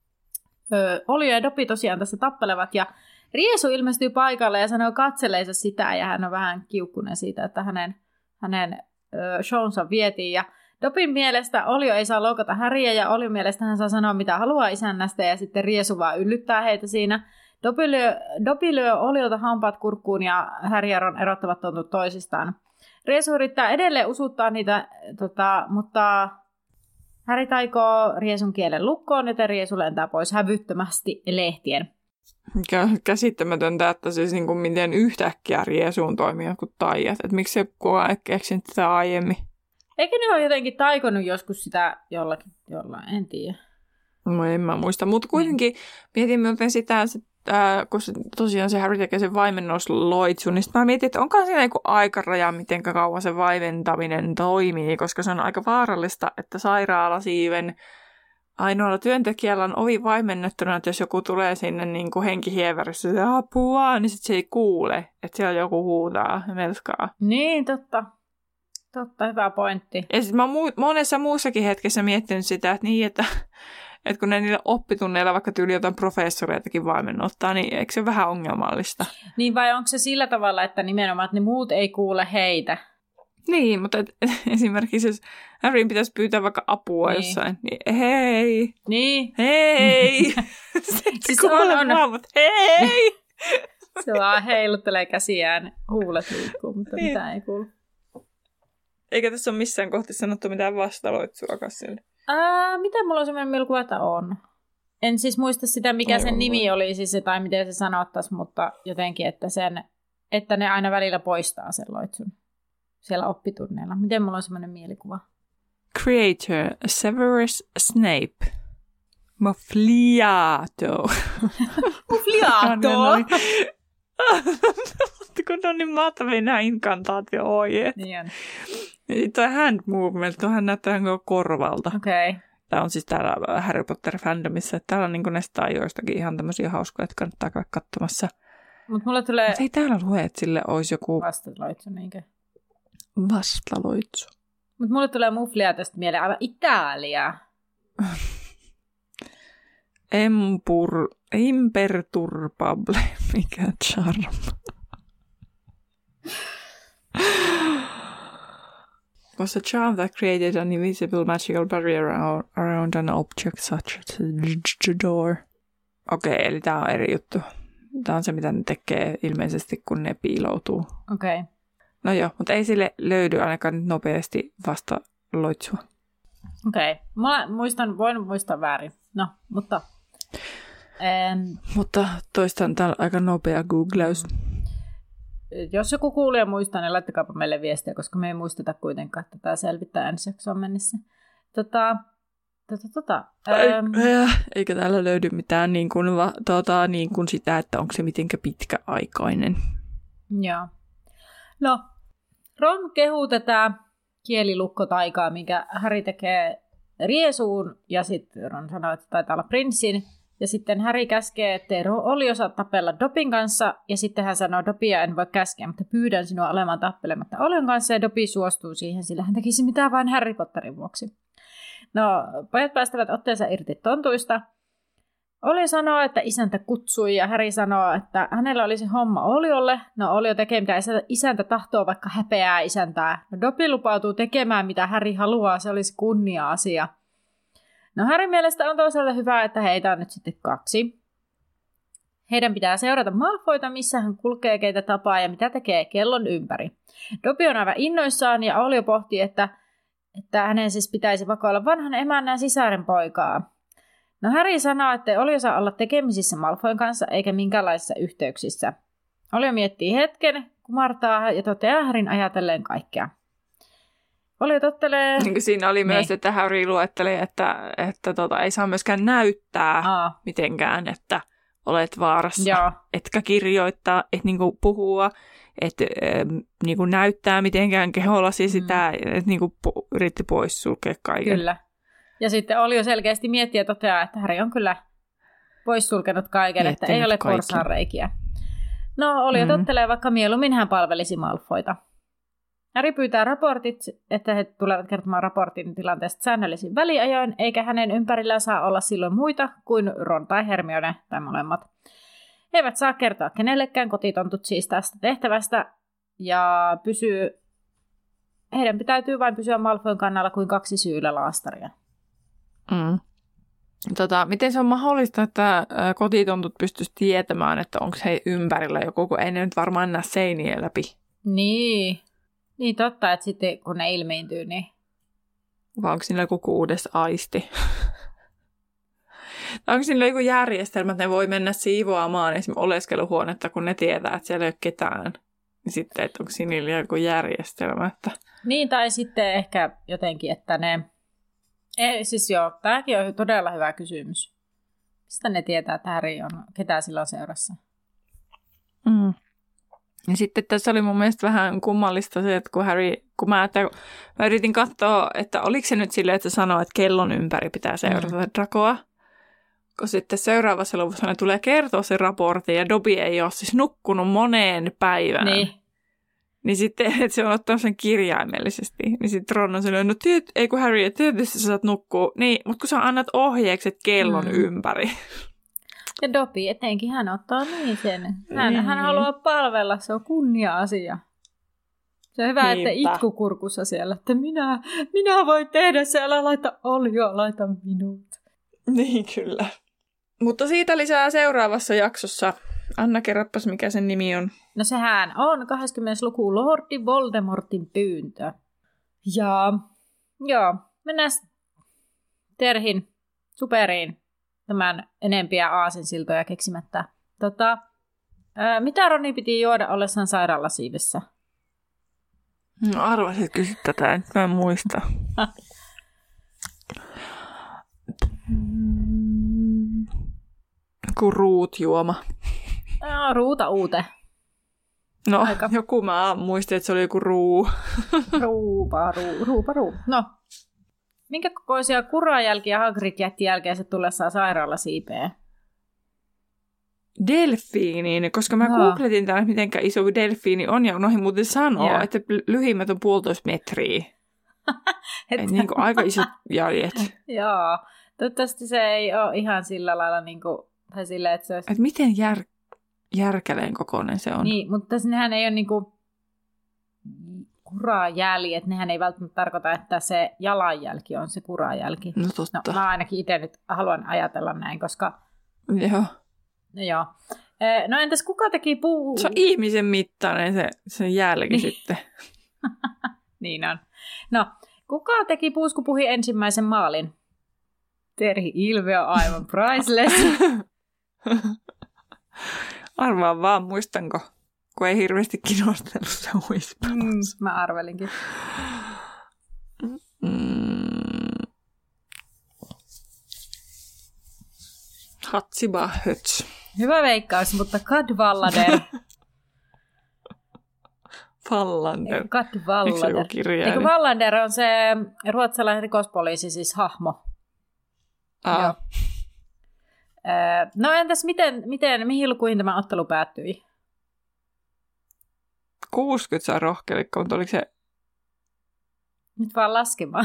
Öö, Olio ja Dobby tosiaan tässä tappelevat ja Riesu ilmestyy paikalle ja sanoo katseleensa sitä ja hän on vähän kiukkunen siitä, että hänen, hänen öö, shownsa vietiin. Ja Dobbyn mielestä Olio ei saa loukata Harryä ja Olion mielestä hän saa sanoa mitä haluaa isännästä ja sitten Riesu vaan yllyttää heitä siinä. Dobby lyö, Dobby lyö Oliolta hampaat kurkkuun ja Harry ja Ron erottavat tontut toisistaan. Riesu yrittää edelleen usuttaa niitä, tota, mutta Harry taikoo Riesun kielen lukkoon, joten Riesu lentää pois hävyttömästi lehtien. Käsittämätöntä, että siis niin kuin miten yhtäkkiä Riesuun toimii jotkut taijat. Että miksi se kukaan ei keksinyt sitä aiemmin? Eikö ne ole jotenkin taikonut joskus sitä jollakin, jollain, en tiedä. No en mä muista, mutta kuitenkin mietin muuten sitä, että kun se, tosiaan se Harry tekee sen vaimennosloitsun, niin mä mietin, että onko siinä joku aikaraja, miten kauan se vaimentaminen toimii, koska se on aika vaarallista, että sairaalasiiven ainoalla työntekijällä on ovi vaimennettuna, että jos joku tulee sinne niin kuin henkihievärissä, että apua, niin sitten se ei kuule, että siellä joku huutaa ja melskaa. Niin, totta. Totta, hyvä pointti. Ja sitten mä oon mu- monessa muussakin hetkessä miettinyt sitä, että niin, että, että kun ne niillä oppitunneilla vaikka tyyli jotain professoreitakin vaimennuttaa, niin eikö se ole vähän ongelmallista? Niin, vai onko se sillä tavalla, että nimenomaan että ne muut ei kuule heitä? Niin, mutta et, esimerkiksi jos Harryn pitäisi pyytää vaikka apua niin jossain, niin hei, niin. hei, siis on, on. Mua, mutta hei. Se vaan heiluttelee käsiään, huulet liikkuu, mutta niin mitään ei kuulu. Eikä tässä ole missään kohti sanottu mitään vastaloitsuakaan sille. Ää, mitä mulla on sellainen mielikuva, että on? En siis muista sitä, mikä sen nimi oli siis, tai miten se sanottaisi, mutta jotenkin, että, sen, että ne aina välillä poistaa sen loitsun siellä oppitunneilla. Miten mulla on sellainen mielikuva? Creator Severus Snape. Muffliato. Muffliato? Kun on niin mahtavia nämä inkantaatio-ohjeet. Niin on. Tuo hand movement, tuohan näyttää korvalta. Okei. Okay. Tämä on siis täällä Harry Potter-fandomissa, että täällä on niin näistä ajoistakin ihan tämmöisiä hauskoja, että kannattaa käydä katsomassa. Mutta mulla tulee... Mut ei täällä lue, että sille olisi joku... Vastaloitsu, niinkö? Vastaloitsu. Mutta mulle tulee mufflia tästä mieleen aivan Italia. Empur... Imperturbable. Mikä charm. Was a charm that created an invisible magical barrier around an object such as a door. Okei, okay, eli tämä on eri juttu. Tämä on se, mitä ne tekee ilmeisesti, kun ne piiloutuu. Okei. Okay. No joo, mutta ei sille löydy ainakaan nyt nopeasti vasta loitsua. Okei. Okay. Mä muistan, voin muistaa väärin. No, mutta... En... Mutta toistaan täällä aika nopea googlaus. Jos joku kuulija muistaa, niin laittakaapa meille viestiä, koska me ei muisteta kuitenkaan, että tämä selvittää ensi jaksoon mennessä. Tota, Tota, tota, ähm... Eikä täällä löydy mitään niin kuin, va, tota, niin kuin sitä, että onko se mitenkä pitkäaikainen. Joo. No, Ron kehuu tätä kielilukkotaikaa, minkä Harry tekee riesuun, ja sitten Ron sanoo, että taitaa olla prinssin. Ja sitten Harry käskee, että Oli osaa tapella Dobin kanssa, ja sitten hän sanoo, Dobia en voi käskeä, mutta pyydän sinua olemaan tappelematta Olion kanssa, ja Dobby suostuu siihen, sillä hän tekisi mitään vain Harry Potterin vuoksi. No, pojat päästävät otteensa irti tontuista. Oli sanoo, että isäntä kutsui, ja Harry sanoo, että hänellä olisi homma Oliolle. No, Olio tekee, mitä isäntä tahtoo, vaikka häpeää isäntää. No, Dobby lupautuu tekemään, mitä Harry haluaa, se olisi kunnia-asia. No, Harryn mielestä on toisaalta hyvä, että heitä on nyt sitten kaksi. Heidän pitää seurata Malfoyta, missä hän kulkee, keitä tapaa ja mitä tekee kellon ympäri. Dobby on aivan innoissaan, ja Olio pohtii, että, että hänen siis pitäisi vakoilla vanhan emännän sisaren poikaa. No, Harry sanoo, että ei Olio saa olla tekemisissä Malfoyn kanssa eikä minkäänlaisissa yhteyksissä. Olio miettii hetken, kumartaa ja toteaa Harryn ajatellen kaikkea. Olio tottelee... Niin siinä oli myös, ne. Että Harry luettelee, että, että tota, ei saa myöskään näyttää Aa. mitenkään, että olet vaarassa. Joo. Etkä kirjoittaa, et niinku puhua, että äh, niinku näyttää mitenkään kehollasi sitä, mm. että niinku po- yritti poissulkea kaiken. Kyllä. Ja sitten Olio selkeästi miettii ja toteaa, että Harry on kyllä poissulkenut kaiken, Miettinyt että ei ole porsaanreikiä. No, Olio mm-hmm. tottelee, vaikka mieluummin hän palvelisi Malfoyta. Harry pyytää raportit, että he tulevat kertomaan raportin tilanteesta säännöllisin väliajoin, eikä hänen ympärillään saa olla silloin muita kuin Ron tai Hermione tai molemmat. He eivät saa kertoa kenellekään, kotitontut siis tästä tehtävästä, ja pysyy... heidän täytyy vain pysyä Malfoyn kannalla kuin kaksi syyllä laastaria. Mm. Tota, miten se on mahdollista, että kotitontut pystyisi tietämään, että onko he ympärillä joku, kun ei ne nyt varmaan näe seinien läpi? Niin. Niin totta, että sitten kun ne ilmiintyy, niin... Vai onko siinä joku kuudes aisti? Onko siinä joku järjestelmä, että ne voi mennä siivoamaan esimerkiksi oleskeluhuonetta, kun ne tietää, että siellä ei ole ketään? Niin sitten, että onko siinä joku järjestelmä, että... Niin, tai sitten ehkä jotenkin, että ne... Ei, siis joo, tämäkin on todella hyvä kysymys. Mistä ne tietää, että Harry on, ketä sillä on seurassa? Mm. Ja sitten tässä oli mun mielestä vähän kummallista se, että kun Harry, kun mä, että, mä yritin katsoa, että oliko se nyt silleen, että se sanoo, että kellon ympäri pitää seurata mm. Dracoa. Kun sitten seuraavassa luvussa ne tulee kertoa sen raportin ja Dobby ei ole siis nukkunut moneen päivään. Niin. Niin sitten, että se on ottanut sen kirjaimellisesti. Niin sitten Ron on silleen, no tiedät, ei kun Harry, tietysti sä saat nukkua. Niin, mutta kun sä annat ohjeekset kellon mm. ympäri. Ja Dobby etenkin, hän ottaa niin sen. Hän, niin. hän haluaa palvella, se on kunnia-asia. Se on hyvä, Niinpä. Että itku kurkussa siellä, että minä, minä voin tehdä se, älä laita Olioa, laita minut. Niin kyllä. Mutta siitä lisää seuraavassa jaksossa. Anna, kerroppas mikä sen nimi on. No sehän on kahdeskymmenes luku Lordi Voldemortin pyyntö. Ja joo, mennään Terhin superiin tämän enempiä aasinsiltoja keksimättä. Tota, ää, mitä Roni piti juoda ollessaan sairaalasiivessä? No arvasin, että kysyt tätä, nyt mä en muista. Joku ruutjuoma. No, ruuta uute. No, Aika. joku mä muistin, että se oli joku ruu. Ruupa, ruu, ruupa, ruu. No, minkä kokoisia kurajälkiä Hagrid jätti jälkeensä tullessaan sairaalasiipeen? Delfiiniin, koska mä no. googletin tänne, miten iso delfiini on, ja unohdin muuten sanoa, yeah. että lyhimmät on puolitoista metriä. Et niin kuin aika isot jäljet. Joo, toivottavasti se ei ole ihan sillä lailla, niin kuin, tai sillä, että se olisi... Et miten jär, järkäleen kokoinen se on? Niin, mutta nehän ei ole niin kuin kurajäljet, nehän ei välttämättä tarkoita, että se jalanjälki on se kurajälki. No totta. No, mä ainakin itse nyt haluan ajatella näin, koska... Joo. No joo. No entäs kuka teki puu... Se on ihmisen mittainen se, se jälki niin. sitten. Niin on. No, kuka teki Puuskupuhin ensimmäisen maalin? Terhi Ilve on aivan priceless. Arvaan vaan, muistanko, kun ei hirveästi kiinnostanut se huispaus. Mm, mä arvelinkin. Mm. Hatsiba Höts. Hyvä veikkaus, mutta Cadwallader. Wallander. Cadwallader. Eikö Wallander on se ruotsalainen rikospoliisi, siis hahmo? Ah. Joo. No entäs miten, miten, mihin lukuihin tämä ottelu päättyi? kuusikymmentä saa rohkelikko, mutta oliko se... Nyt vaan laskemaan.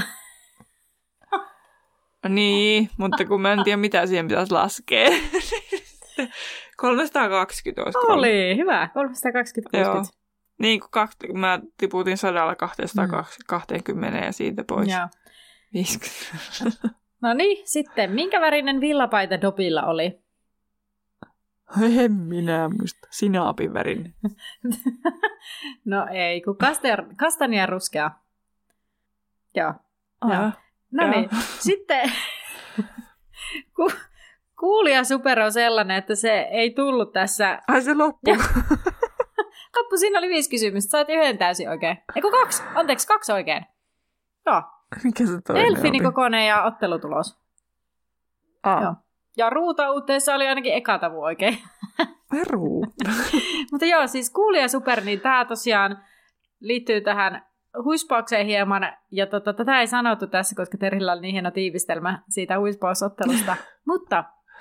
Niin, mutta kun mä en tiedä, mitä siihen pitäisi laskea. kolmesataakaksikymmentä olisiko? Oli, hyvä. kolmesataakaksikymmentä kuusikymmentä. Niin, kun, kaksi, kun mä tiputin sadalla kaksisataakaksikymmentä mm. ja siitä pois. Joo. viisikymmentä. No niin, sitten. Minkä värinen villapaita Dobilla oli? En minä muista. Sinaapin värinen. No ei, kun kastania ruskea. Joo. Aha. No niin, sitten ku, kuulija super on sellainen, että se ei tullut tässä. Ai se loppu. Loppu, siinä oli viisi kysymystä. Sait yhden täysin oikein. Eiku kaksi, anteeksi, kaksi oikein. Joo. Mikä se toinen Delfinikokonen ja ottelutulos. Ah. Joo. Ja ruutauutteessa oli ainakin eka tavu oikein. Ruuta. Mutta joo, siis kuulija super, niin tämä tosiaan liittyy tähän huispaukseen hieman, ja tota, tätä ei sanottu tässä, koska Terhillä oli niin hieno tiivistelmä siitä huispausottelusta, mutta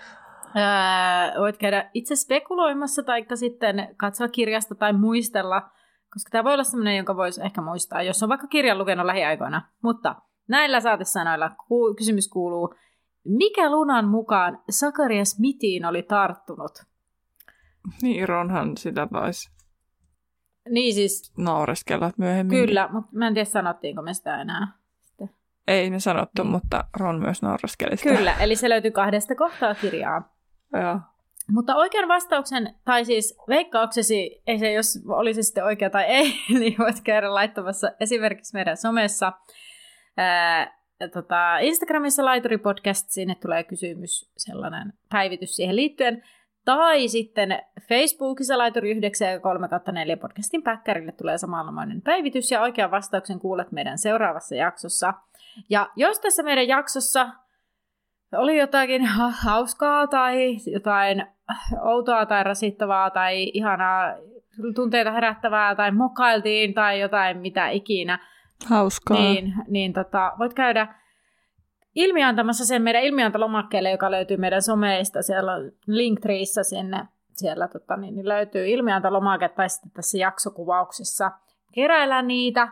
ää, voit käydä itse spekuloimassa, tai sitten katsoa kirjasta tai muistella, koska tämä voi olla sellainen, jonka voisi ehkä muistaa, jos on vaikka kirjan lukenut lähiaikoina. Mutta näillä saatesanoilla ku- kysymys kuuluu, mikä Lunan mukaan Zacharias Smithiin oli tarttunut? Niin, Ronhan sitä taisi. Niin siis... Naureskella myöhemmin. Kyllä, mutta mä en tiedä sanottiinko me sitä enää. Sitten. Ei me sanottu, niin. Mutta Ron myös naureskeli sitä. Kyllä, eli se löytyy kahdesta kohtaa kirjaa. Joo. Mutta oikean vastauksen, tai siis veikkauksesi, ei se jos olisi sitten oikea tai ei, niin voit käydä laittamassa esimerkiksi meidän somessa. Ää, tota, Instagramissa Laituri Podcast, sinne tulee kysymys, sellainen päivitys siihen liittyen. Tai sitten Facebookissa Laituri yhdeksän ja kolme kautta neljä podcastin päkkärille tulee samanlainen päivitys ja oikean vastauksen kuulet meidän seuraavassa jaksossa. Ja jos tässä meidän jaksossa oli jotakin hauskaa tai jotain outoa tai rasittavaa tai ihanaa tunteita herättävää tai mokailtiin tai jotain mitä ikinä, hauskaa. niin, niin tota, voit käydä ilmiantamassa sen meidän ilmiantalomakkeelle, joka löytyy meidän someista, siellä Linktreeissä sinne, siellä tota, niin, niin löytyy ilmiantolomake tai sitten tässä jaksokuvauksessa. Keräillään niitä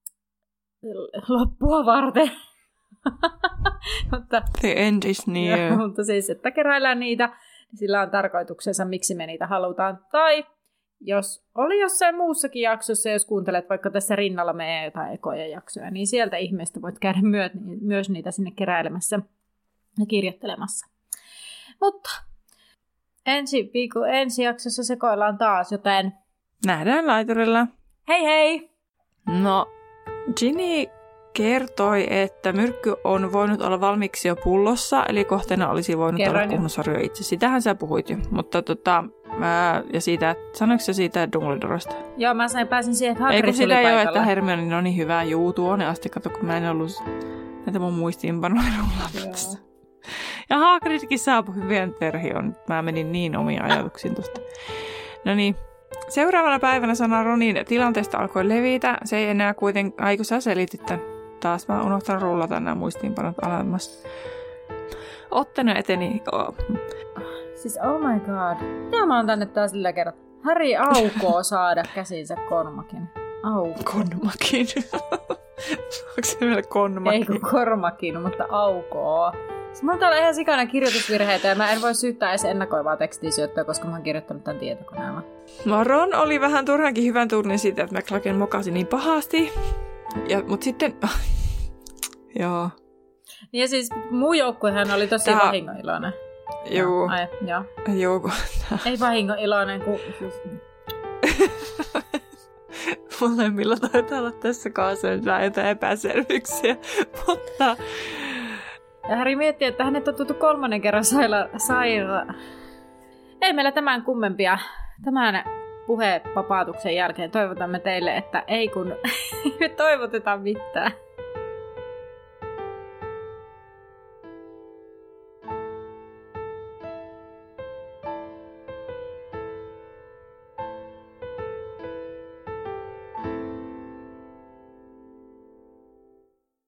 loppua varten. mutta, The end is near. Ja, mutta siis, että keräillään niitä, niin sillä on tarkoituksensa, miksi me niitä halutaan. Tai jos oli jossain muussakin jaksossa, jos kuuntelet vaikka tässä rinnalla meidän jotain ekoja jaksoja, niin sieltä ihmeestä voit käydä myö- myös niitä sinne keräilemässä ja kirjoittelemassa. Mutta ensi, viikon, ensi jaksossa sekoillaan taas, joten nähdään laiturilla. Hei hei! No, Ginny kertoi, että myrkky on voinut olla valmiiksi jo pullossa, eli kohteena olisi voinut Kerroin olla kuhnusarjo itse. Sitähän sä puhuit jo, mutta tota, mä, ja siitä, sanoiko sä siitä Dumbledoresta? Joo, mä sain pääsin siihen, että Hagrid oli paikalla. Eikö sitä jo, että Hermione on niin hyvä juu tuonne asti, kato kun mä en ollut näitä mun muistiinpanoja rullaamassa. Ja Hagridkin saapui hyvien terhion. Mä menin niin omiin ajatuksiin tuosta. No niin. Seuraavana päivänä sana Ronin tilanteesta alkoi levitä. Se ei enää kuitenkaan... Ai kun sä selitit tämän. Taas mä unohtan rullata nämä muistiinpanot alemmas. Ottena eteni... Oh. Siis oh my god. Mitä mä oon tänne taas sillä kerran? Harry aukoo saada käsinsä Kormakin. Aukoo. Kormakin. Onko se vielä Kormakin? Ei kun Kormakin, mutta aukoo. Mulla on täällä ihan sikana kirjoitusvirheitä ja mä en voi syyttää edes ennakoivaa tekstiä syöttöä, koska mä oon kirjoittanut tämän tietokoneella. No Ron oli vähän turhankin hyvän turnin siitä, että McLaggen mokasi niin pahasti. Ja, mut sitten... joo. Ja siis muu joukkuehan oli tosi Tää... vahingoiloinen. Joo. Ai, joo. Joo. Ei vahingoiloinen, kun... Molemmilla taitaa olla tässä kanssa jotain epäselvyyksiä, mutta... Ja Harry miettii, että hänet on tuttu kolmannen kerran saira... saira... Ei meillä tämän kummempia. Tämän puheenvapautuksen jälkeen toivotamme teille, että ei kun me toivotetaan mitään.